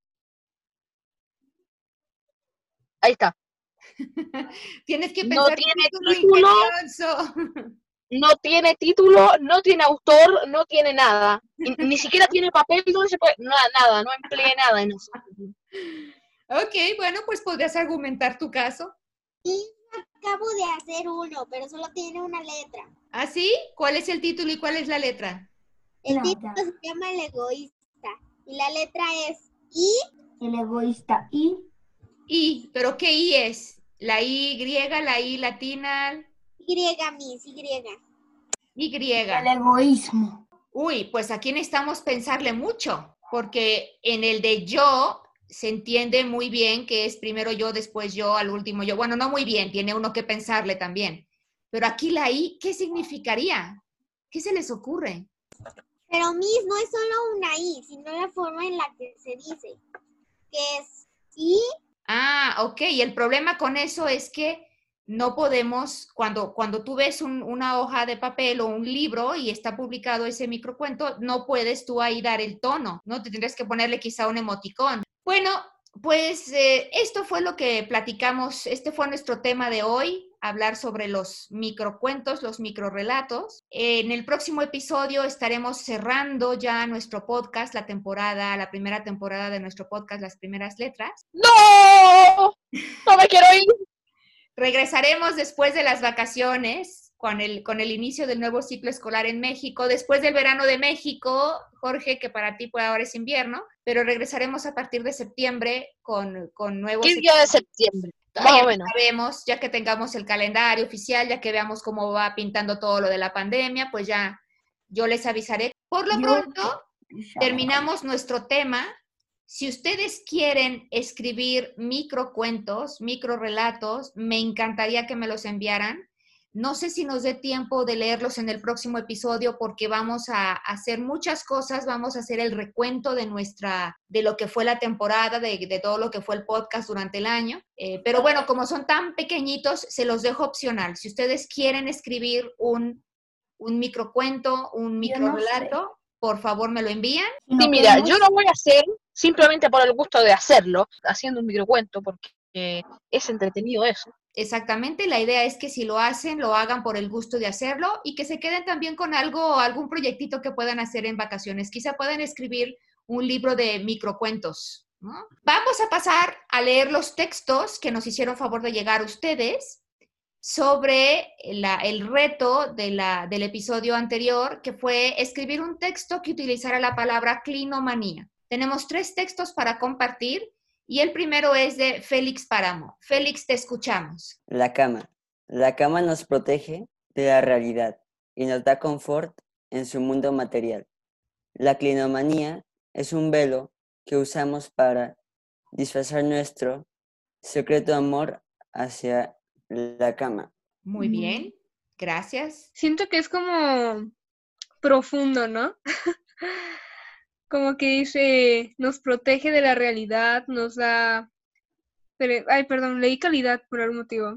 Ahí está. Tienes que No pensar un tiene título título. ingenioso. No tiene título, no tiene autor, no tiene nada. Y ni siquiera tiene papel donde se puede... Nada, nada, no empleé nada en eso. Ok, bueno, pues podrías argumentar tu caso. Y acabo de hacer uno, pero solo tiene una letra. ¿Ah, sí? ¿Cuál es el título y cuál es la letra? El No, título ya. se llama El egoísta y la letra es I. El egoísta. Y I, ¿pero qué I es? ¿La I griega, la I latina? Y, mis, Y. Y. el egoísmo. Uy, pues aquí necesitamos pensarle mucho, porque en el de yo se entiende muy bien que es primero yo, después yo, al último yo. Bueno, no muy bien, tiene uno que pensarle también. Pero aquí la I, ¿qué significaría? ¿Qué se les ocurre? Pero mis no es solo una I, sino la forma en la que se dice, que es I. Ah, ok. Y el problema con eso es que no podemos, cuando, cuando tú ves un- una hoja de papel o un libro y está publicado ese microcuento, no puedes tú ahí dar el tono, ¿no? Te tendrías que ponerle quizá un emoticón. Bueno, pues eh, esto fue lo que platicamos, este fue nuestro tema de hoy, hablar sobre los microcuentos, los microrelatos. En el próximo episodio estaremos cerrando ya nuestro podcast, la temporada, la primera temporada de nuestro podcast, Las Primeras Letras. ¡No! ¡No me quiero ir! Regresaremos después de las vacaciones, con el, con el inicio del nuevo ciclo escolar en México, después del verano de México, Jorge, que para ti pues ahora es invierno, pero regresaremos a partir de septiembre con, con nuevos... ¿Qué día de septiembre? Más Todavía o no menos. sabemos, ya que tengamos el calendario oficial, ya que veamos cómo va pintando todo lo de la pandemia, pues ya yo les avisaré. Por lo Yo- pronto, terminamos nuestro tema. Si ustedes quieren escribir microcuentos, microrelatos, me encantaría que me los enviaran. No sé si nos dé tiempo de leerlos en el próximo episodio porque vamos a hacer muchas cosas, vamos a hacer el recuento de nuestra, de lo que fue la temporada, de, de todo lo que fue el podcast durante el año. Eh, pero bueno, como son tan pequeñitos, se los dejo opcional. Si ustedes quieren escribir un, un microcuento, un Yo no microrelato, por favor me lo envían. Si no Sí, mira, queremos- yo lo voy a hacer simplemente por el gusto de hacerlo, haciendo un microcuento, porque eh, es entretenido eso. Exactamente, la idea es que si lo hacen, lo hagan por el gusto de hacerlo y que se queden también con algo, algún proyectito que puedan hacer en vacaciones. Quizá puedan escribir un libro de microcuentos, ¿no? Vamos a pasar a leer los textos que nos hicieron favor de llegar ustedes sobre la, el reto de la, del episodio anterior, que fue escribir un texto que utilizara la palabra clinomanía. Tenemos tres textos para compartir. Y el primero es de Félix Páramo. Félix, te escuchamos. La cama. La cama nos protege de la realidad y nos da confort en su mundo material. La clinomanía es un velo que usamos para disfrazar nuestro secreto amor hacia la cama. Muy bien, gracias. Siento que es como profundo, ¿no? Como que dice, nos protege de la realidad, nos da, pero- ay, perdón, leí calidad por algún motivo.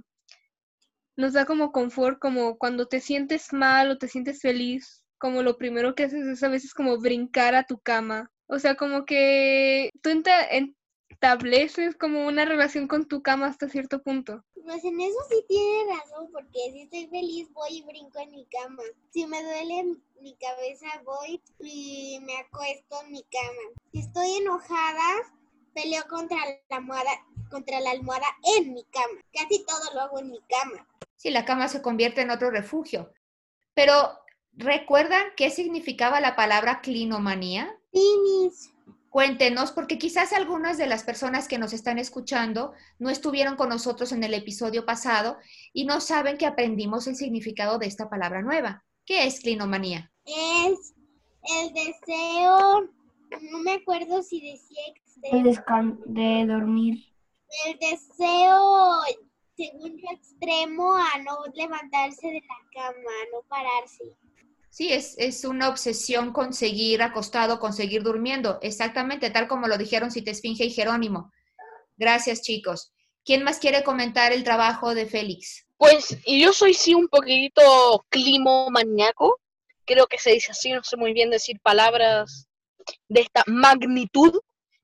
Nos da como confort, como cuando te sientes mal o te sientes feliz, como lo primero que haces es a veces como brincar a tu cama. O sea, como que tú enta- estableces como una relación con tu cama hasta cierto punto. Pues en eso sí tiene razón, porque si estoy feliz voy y brinco en mi cama. Si me duele mi cabeza voy y me acuesto en mi cama. Si estoy enojada, peleo contra la almohada, contra la almohada en mi cama. Casi todo lo hago en mi cama. Sí, la cama se convierte en otro refugio. Pero, ¿recuerdan qué significaba la palabra clinomanía? Sí, mis. Cuéntenos, porque quizás algunas de las personas que nos están escuchando no estuvieron con nosotros en el episodio pasado y no saben que aprendimos el significado de esta palabra nueva. ¿Qué es clinomanía? Es el deseo, no me acuerdo si decía De, extremo, descan- de dormir. el deseo, según yo, extremo a no levantarse de la cama, a no pararse. Sí, es, es una obsesión conseguir acostado, conseguir durmiendo. Exactamente, tal como lo dijeron Citesfinge y Jerónimo. Gracias, chicos. ¿Quién más quiere comentar el trabajo de Félix? Pues y yo soy sí un poquitito climomaníaco, creo que se dice así, no sé muy bien decir palabras de esta magnitud,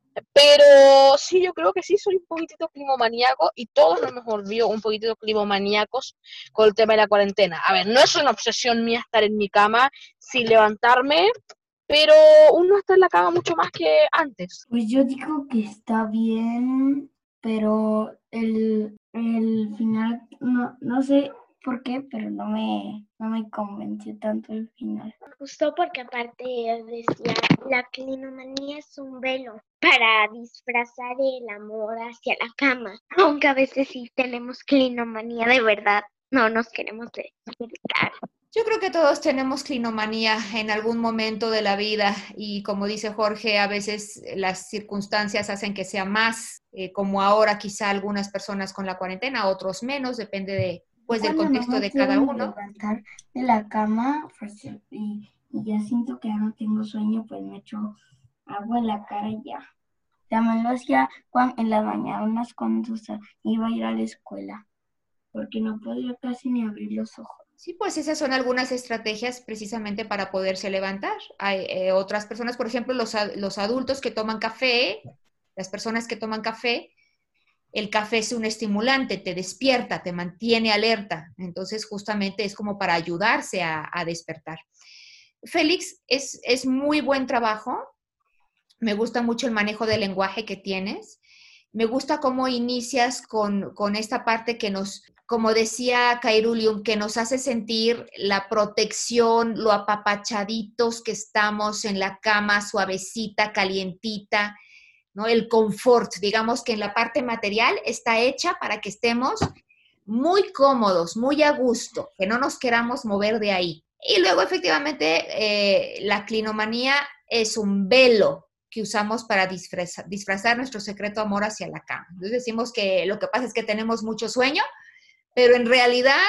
pero sí, yo creo que sí soy un poquitito climomaníaco y todos nos hemos volvido un poquitito climomaníacos con el tema de la cuarentena. A ver, no es una obsesión mía estar en mi cama sin levantarme, pero uno está en la cama mucho más que antes. Pues yo digo que está bien, pero el, el final, no, no sé por qué, pero no me, no me convenció tanto el final. Me gustó porque aparte decía, la clinomanía es un velo para disfrazar el amor hacia la cama. Aunque a veces sí tenemos clinomanía de verdad, no nos queremos despertar. Yo creo que todos tenemos clinomanía en algún momento de la vida y como dice Jorge, a veces las circunstancias hacen que sea más, eh, como ahora quizá algunas personas con la cuarentena, otros menos, depende de, pues, del Cuando no contexto me de quiero cada ni uno. levantar de la cama pues, y, y ya siento que ya no tengo sueño, pues me echo agua en la cara y ya. También lo hacía cuan- en las mañanas cuando sa- iba a ir a la escuela, porque no podía casi ni abrir los ojos. Sí, pues esas son algunas estrategias precisamente para poderse levantar. Hay eh, otras personas, por ejemplo, los, a- los adultos que toman café, las personas que toman café, el café es un estimulante, te despierta, te mantiene alerta. Entonces, justamente es como para ayudarse a, a despertar. Félix, es, es muy buen trabajo. Me gusta mucho el manejo del lenguaje que tienes. Me gusta cómo inicias con, con esta parte que nos, como decía Cairulium, que nos hace sentir la protección, lo apapachaditos que estamos en la cama, suavecita, calientita, ¿no? El confort, digamos que en la parte material está hecha para que estemos muy cómodos, muy a gusto, que no nos queramos mover de ahí. Y luego, efectivamente, eh, la clinomanía es un velo que usamos para disfrazar, disfrazar nuestro secreto amor hacia la cama. Entonces decimos que lo que pasa es que tenemos mucho sueño, pero en realidad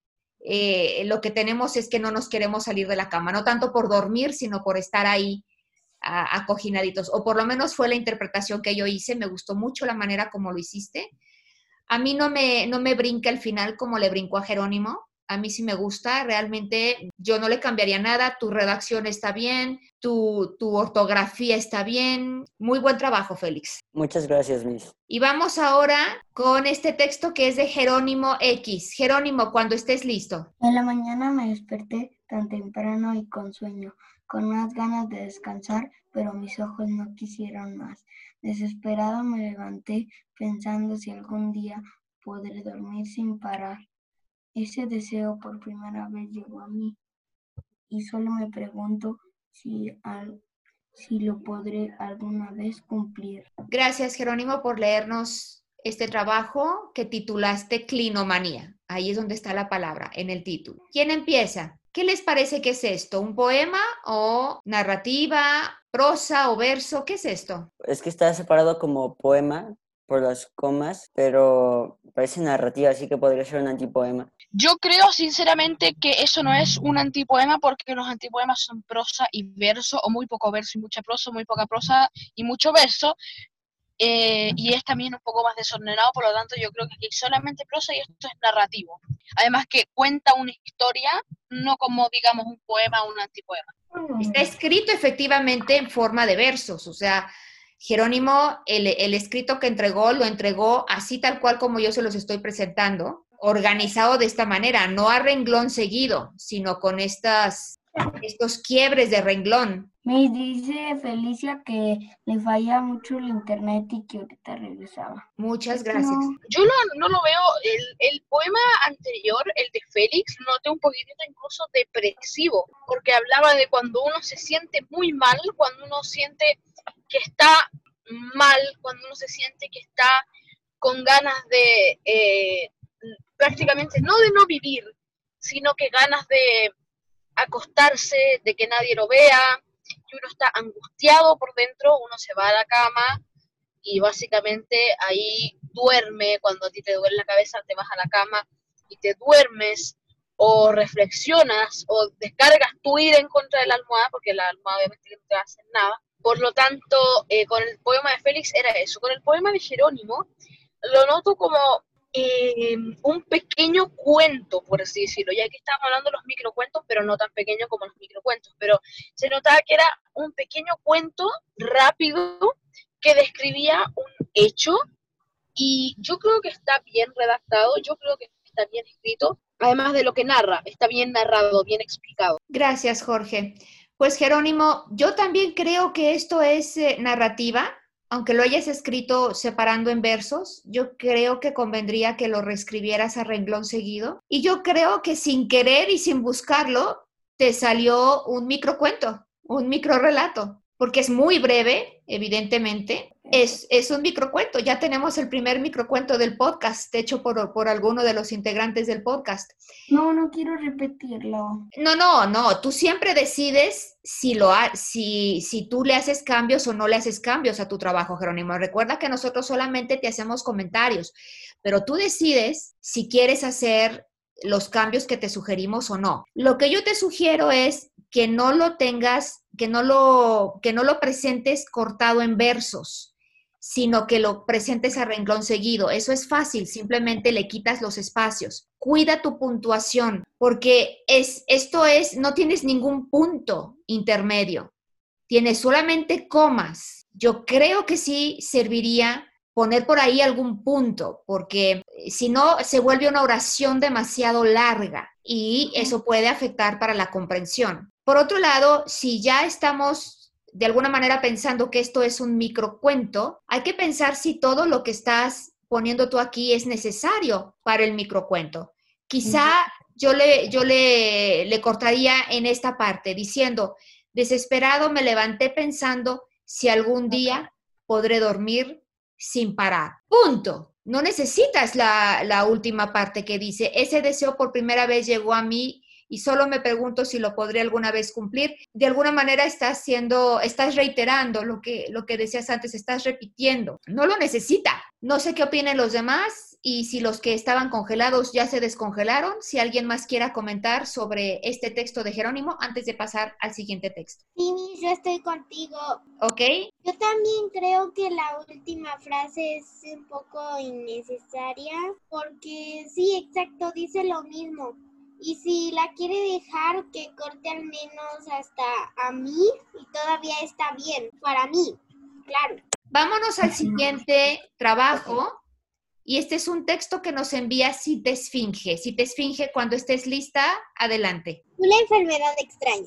eh, lo que tenemos es que no nos queremos salir de la cama, no tanto por dormir, sino por estar ahí a, acojinaditos, o por lo menos fue la interpretación que yo hice. Me gustó mucho la manera como lo hiciste. A mí no me, no me brinca el final como le brincó a Jerónimo. A mí sí me gusta, realmente yo no le cambiaría nada, tu redacción está bien, tu, tu ortografía está bien. Muy buen trabajo, Félix. Muchas gracias, Miss. Y vamos ahora con este texto que es de Jerónimo X. Jerónimo, cuando estés listo. En la mañana me desperté tan temprano y con sueño, con unas ganas de descansar, pero mis ojos no quisieron más. Desesperado me levanté pensando si algún día podré dormir sin parar. Ese deseo por primera vez llegó a mí y solo me pregunto si, al, si lo podré alguna vez cumplir. Gracias, Jerónimo, por leernos este trabajo que titulaste Clinomanía. Ahí es donde está la palabra, en el título. ¿Quién empieza? ¿Qué les parece que es esto? ¿Un poema o narrativa, prosa o verso? ¿Qué es esto? Es que está separado como poema, por las comas, pero parece narrativa, así que podría ser un antipoema. Yo creo sinceramente que eso no es un antipoema porque los antipoemas son prosa y verso, o muy poco verso y mucha prosa, muy poca prosa y mucho verso, eh, y es también un poco más desordenado, por lo tanto yo creo que aquí solamente prosa y esto es narrativo. Además que cuenta una historia, no como digamos un poema o un antipoema. Está escrito efectivamente en forma de versos, o sea, Jerónimo, el, el escrito que entregó, lo entregó así tal cual como yo se los estoy presentando, organizado de esta manera, no a renglón seguido, sino con estas, estos quiebres de renglón. Me dice Felicia que le falla mucho el internet y que ahorita regresaba. Muchas gracias. No. Yo no, no lo veo, el, el poema anterior, el de Félix, lo noté un poquitito incluso depresivo, porque hablaba de cuando uno se siente muy mal, cuando uno siente que está mal, cuando uno se siente que está con ganas de, eh, prácticamente, no de no vivir, sino que ganas de acostarse, de que nadie lo vea, y uno está angustiado por dentro, uno se va a la cama y básicamente ahí duerme. Cuando a ti te duele la cabeza te vas a la cama y te duermes, o reflexionas o descargas tu ira en contra de la almohada, porque la almohada obviamente no te va a hacer nada. Por lo tanto, eh, con el poema de Félix era eso. Con el poema de Jerónimo lo noto como eh, un pequeño cuento, por así decirlo, ya que estábamos hablando de los microcuentos, pero no tan pequeño como los microcuentos, pero se notaba que era un pequeño cuento rápido que describía un hecho, y yo creo que está bien redactado, yo creo que está bien escrito, además de lo que narra, está bien narrado, bien explicado. Gracias, Jorge. Pues Jerónimo, yo también creo que esto es eh, narrativa, aunque lo hayas escrito separando en versos, yo creo que convendría que lo reescribieras a renglón seguido. Y yo creo que sin querer y sin buscarlo, te salió un microcuento, un microrrelato, porque es muy breve, evidentemente. Es, es un microcuento. Ya tenemos el primer microcuento del podcast, hecho por, por alguno de los integrantes del podcast. No, no quiero repetirlo. No, no, no. Tú siempre decides si, lo ha, si, si tú le haces cambios o no le haces cambios a tu trabajo, Jerónimo. Recuerda que nosotros solamente te hacemos comentarios, pero tú decides si quieres hacer los cambios que te sugerimos o no. Lo que yo te sugiero es que no lo tengas, que no lo, que no lo presentes cortado en versos, sino que lo presentes a renglón seguido. Eso es fácil, simplemente le quitas los espacios. Cuida tu puntuación, porque es, esto es, no tienes ningún punto intermedio, tienes solamente comas. Yo creo que sí serviría poner por ahí algún punto, porque si no se vuelve una oración demasiado larga y eso puede afectar para la comprensión. Por otro lado, si ya estamos de alguna manera pensando que esto es un microcuento, hay que pensar si todo lo que estás poniendo tú aquí es necesario para el microcuento. Quizá yo le, yo le, le cortaría en esta parte diciendo, desesperado me levanté pensando si algún día podré dormir sin parar. Punto. No necesitas la, la última parte que dice, ese deseo por primera vez llegó a mí y solo me pregunto si lo podré alguna vez cumplir. De alguna manera estás haciendo, estás reiterando lo que, lo que decías antes, estás repitiendo. No lo necesita. No sé qué opinen los demás y si los que estaban congelados ya se descongelaron. Si alguien más quiera comentar sobre este texto de Jerónimo antes de pasar al siguiente texto. Sí, yo estoy contigo. ¿Ok? Yo también creo que la última frase es un poco innecesaria porque sí, exacto, dice lo mismo. Y si la quiere dejar, que corte al menos hasta a mí y todavía está bien, para mí, claro. Vámonos al siguiente trabajo. Y este es un texto que nos envía Cita Esfinge. Cita Esfinge, cuando estés lista, adelante. Una enfermedad extraña.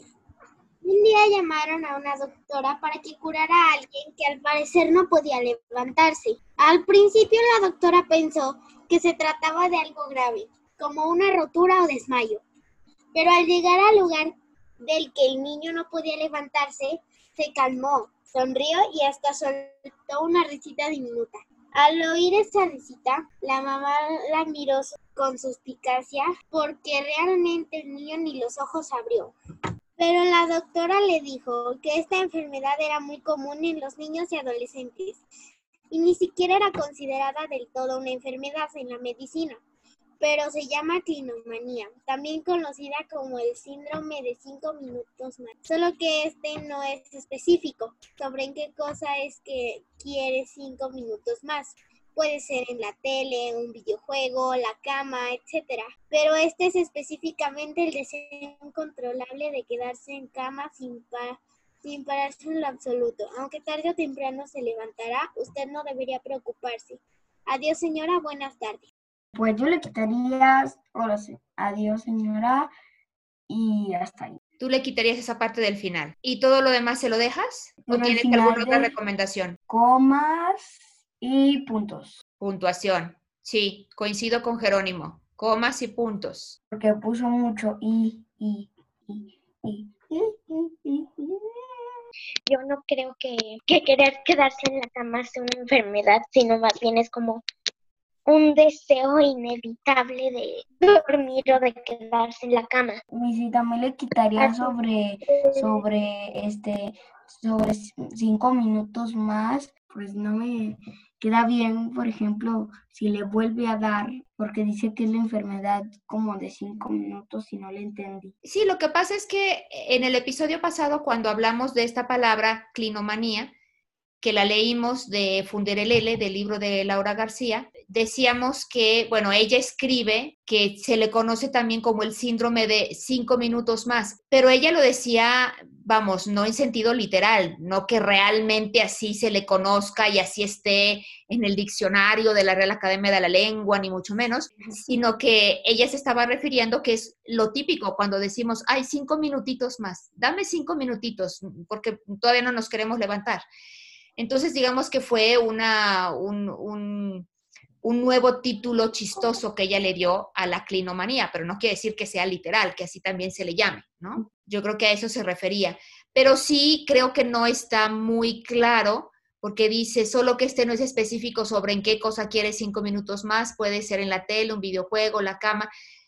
Un día llamaron a una doctora para que curara a alguien que al parecer no podía levantarse. Al principio la doctora pensó que se trataba de algo grave, como una rotura o desmayo. Pero al llegar al lugar del que el niño no podía levantarse, se calmó, sonrió y hasta soltó una risita diminuta. Al oír esa risita, la mamá la miró con suspicacia porque realmente el niño ni los ojos abrió. Pero la doctora le dijo que esta enfermedad era muy común en los niños y adolescentes y ni siquiera era considerada del todo una enfermedad en la medicina, pero se llama clinomanía, también conocida como el síndrome de cinco minutos más, solo que este no es específico sobre en qué cosa es que quiere cinco minutos más. Puede ser en la tele, un videojuego, la cama, etcétera. Pero este es específicamente el deseo incontrolable de quedarse en cama sin, pa- sin pararse en lo absoluto. Aunque tarde o temprano se levantará, usted no debería preocuparse. Adiós, señora, buenas tardes. Pues yo le quitaría, ahora sí, adiós señora, y hasta ahí. Tú le quitarías esa parte del final. ¿Y todo lo demás se lo dejas? ¿O Pero al tienes final alguna otra de- recomendación? Comas y puntos, Puntuación. Sí, coincido con Jerónimo. Comas y puntos. porque puso mucho y, y, y, y, y, y, y, y. Yo no creo que, que querer quedarse en la cama sea una enfermedad, sino más bien es como un deseo inevitable de dormir o de quedarse en la cama. Y si también le quitaría Así sobre, sobre, este, sobre cinco minutos más, pues no me queda bien, por ejemplo, si le vuelve a dar, porque dice que es la enfermedad como de cinco minutos y no le entendí. Sí, lo que pasa es que en el episodio pasado, cuando hablamos de esta palabra clinomanía, que la leímos de Funderelele, del libro de Laura García, decíamos que, bueno, ella escribe que se le conoce también como el síndrome de cinco minutos más, pero ella lo decía, vamos, no en sentido literal, no que realmente así se le conozca y así esté en el diccionario de la Real Academia de la Lengua, ni mucho menos, sino que ella se estaba refiriendo que es lo típico cuando decimos, ay, cinco minutitos más, dame cinco minutitos, porque todavía no nos queremos levantar. Entonces, digamos que fue una, un, un, un nuevo título chistoso que ella le dio a la clinomanía, pero no quiere decir que sea literal, que así también se le llame, ¿no? Yo creo que a eso se refería. Pero sí creo que no está muy claro, porque dice solo que este no es específico sobre en qué cosa quiere cinco minutos más, puede ser en la tele, un videojuego, la cama.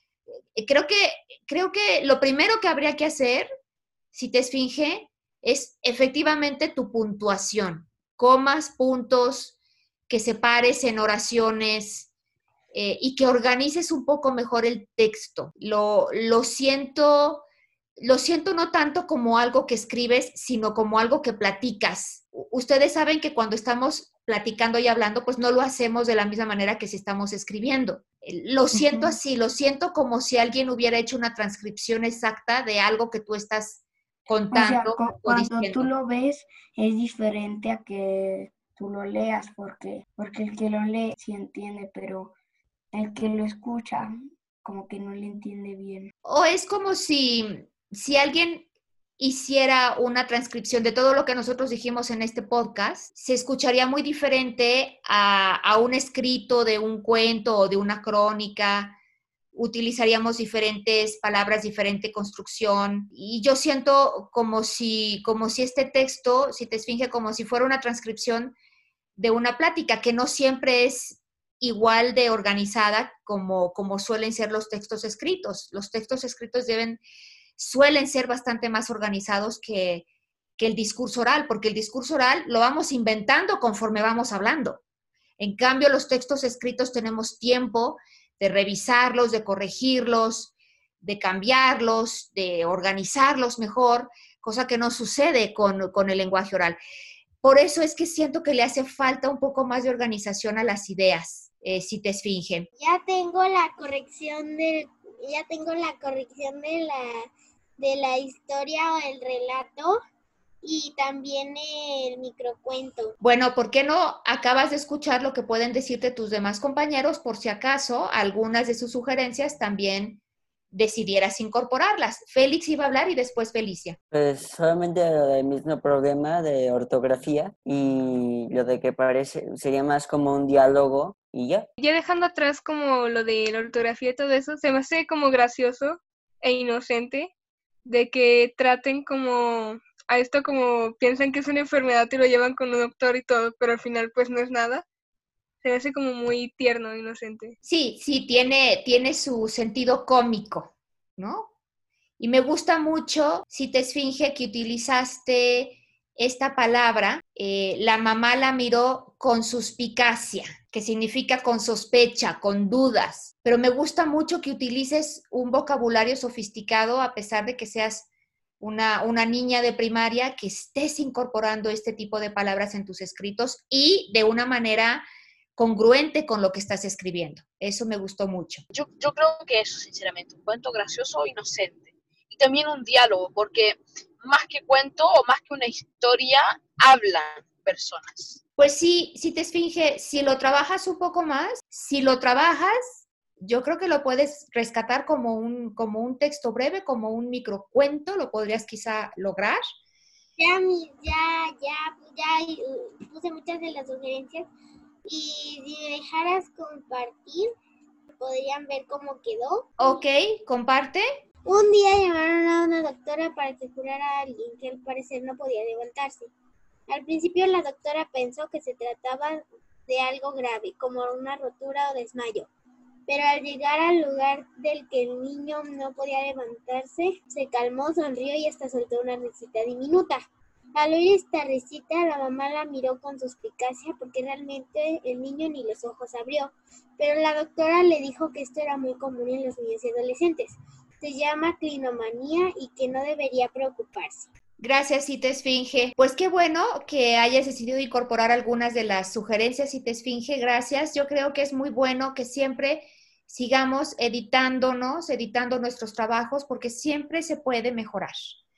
Creo que, creo que lo primero que habría que hacer, si te esfinge, es efectivamente tu puntuación. Comas, puntos, que separes en oraciones eh, y que organices un poco mejor el texto. Lo, lo siento, lo siento no tanto como algo que escribes, sino como algo que platicas. Ustedes saben que cuando estamos platicando y hablando, pues no lo hacemos de la misma manera que si estamos escribiendo. Lo siento así, lo siento como si alguien hubiera hecho una transcripción exacta de algo que tú estás contando. O sea, cu- o cuando diciendo. tú lo ves es diferente a que tú lo leas, porque, porque el que lo lee sí entiende, pero el que lo escucha como que no le entiende bien. O es como si, si alguien hiciera una transcripción de todo lo que nosotros dijimos en este podcast, se escucharía muy diferente a, a un escrito de un cuento o de una crónica. Utilizaríamos diferentes palabras, diferente construcción. Y yo siento como si, como si este texto, si te esfinge, como si fuera una transcripción de una plática, que no siempre es igual de organizada como, como suelen ser los textos escritos. Los textos escritos deben, suelen ser bastante más organizados que, que el discurso oral, porque el discurso oral lo vamos inventando conforme vamos hablando. En cambio, los textos escritos tenemos tiempo de revisarlos, de corregirlos, de cambiarlos, de organizarlos mejor, cosa que no sucede con, con el lenguaje oral. Por eso es que siento que le hace falta un poco más de organización a las ideas, eh, si te esfinge. Ya tengo la corrección del, ya tengo la corrección de la, de la historia o el relato y también el microcuento. Bueno, ¿por qué no acabas de escuchar lo que pueden decirte tus demás compañeros por si acaso algunas de sus sugerencias también decidieras incorporarlas? Félix iba a hablar y después Felicia. Pues solamente lo del mismo problema de ortografía y lo de que parece sería más como un diálogo y ya. Ya dejando atrás como lo de la ortografía y todo eso, se me hace como gracioso e inocente de que traten como a esto como piensan que es una enfermedad y lo llevan con un doctor y todo, pero al final pues no es nada. Se me hace como muy tierno e inocente. Sí, sí, tiene, tiene su sentido cómico, ¿no? Y me gusta mucho, si te esfinge, que utilizaste esta palabra, eh, la mamá la miró con suspicacia, que significa con sospecha, con dudas. Pero me gusta mucho que utilices un vocabulario sofisticado a pesar de que seas una, una niña de primaria, que estés incorporando este tipo de palabras en tus escritos y de una manera congruente con lo que estás escribiendo. Eso me gustó mucho. Yo, yo creo que eso, sinceramente, un cuento gracioso, inocente. Y también un diálogo, porque más que cuento o más que una historia, hablan personas. Pues sí, si te Esfinge, si lo trabajas un poco más, si lo trabajas, yo creo que lo puedes rescatar como un, como un texto breve, como un microcuento, lo podrías quizá lograr. Ya, mi- ya, ya, ya uh, puse muchas de las sugerencias y si me dejaras compartir, podrían ver cómo quedó. Ok, comparte. Un día llamaron a una doctora para que curara a alguien que al parecer no podía levantarse. Al principio la doctora pensó que se trataba de algo grave, como una rotura o desmayo. Pero al llegar al lugar del que el niño no podía levantarse, se calmó, sonrió y hasta soltó una risita diminuta. Al oír esta risita, la mamá la miró con suspicacia porque realmente el niño ni los ojos abrió. Pero la doctora le dijo que esto era muy común en los niños y adolescentes. Se llama clinomanía y que no debería preocuparse. Gracias, Cita Esfinge. Pues qué bueno que hayas decidido incorporar algunas de las sugerencias, Cita Esfinge. Gracias. Yo creo que es muy bueno que siempre sigamos editándonos, editando nuestros trabajos, porque siempre se puede mejorar.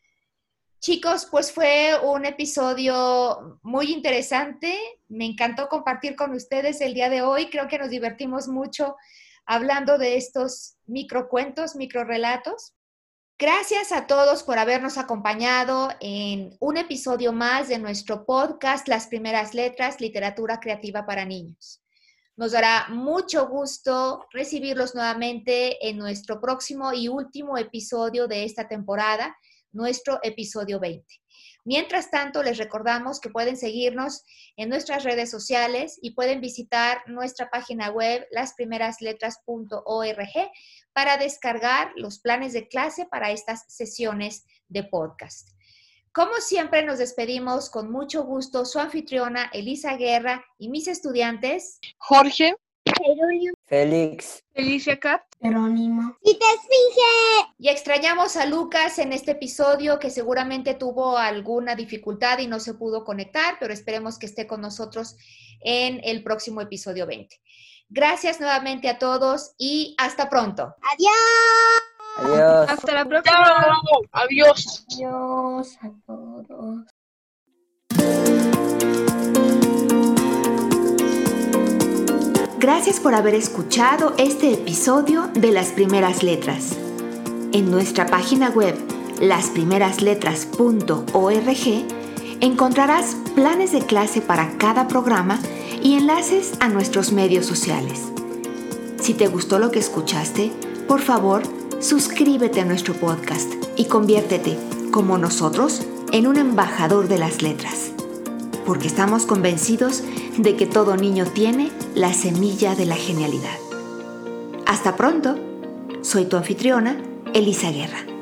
Chicos, pues fue un episodio muy interesante. Me encantó compartir con ustedes el día de hoy. Creo que nos divertimos mucho hablando de estos microcuentos, microrelatos. Gracias a todos por habernos acompañado en un episodio más de nuestro podcast Las Primeras Letras, Literatura Creativa para Niños. Nos dará mucho gusto recibirlos nuevamente en nuestro próximo y último episodio de esta temporada, nuestro episodio veinte. Mientras tanto, les recordamos que pueden seguirnos en nuestras redes sociales y pueden visitar nuestra página web las primeras letras punto org para descargar los planes de clase para estas sesiones de podcast. Como siempre, nos despedimos con mucho gusto su anfitriona Elisa Guerra y mis estudiantes Jorge, Gerulio. Félix. Felicia Cat. Jerónimo. ¡Cita Esfinge! Y extrañamos a Lucas en este episodio, que seguramente tuvo alguna dificultad y no se pudo conectar, pero esperemos que esté con nosotros en el próximo episodio veinte. Gracias nuevamente a todos y hasta pronto. ¡Adiós! Adiós. Hasta la próxima. chao, adiós. Adiós a todos. Gracias por haber escuchado este episodio de Las Primeras Letras. En nuestra página web las primeras letras punto org encontrarás planes de clase para cada programa y enlaces a nuestros medios sociales. Si te gustó lo que escuchaste, por favor, suscríbete a nuestro podcast y conviértete, como nosotros, en un embajador de las letras. Porque estamos convencidos de que todo niño tiene la semilla de la genialidad. Hasta pronto. Soy tu anfitriona, Elisa Guerra.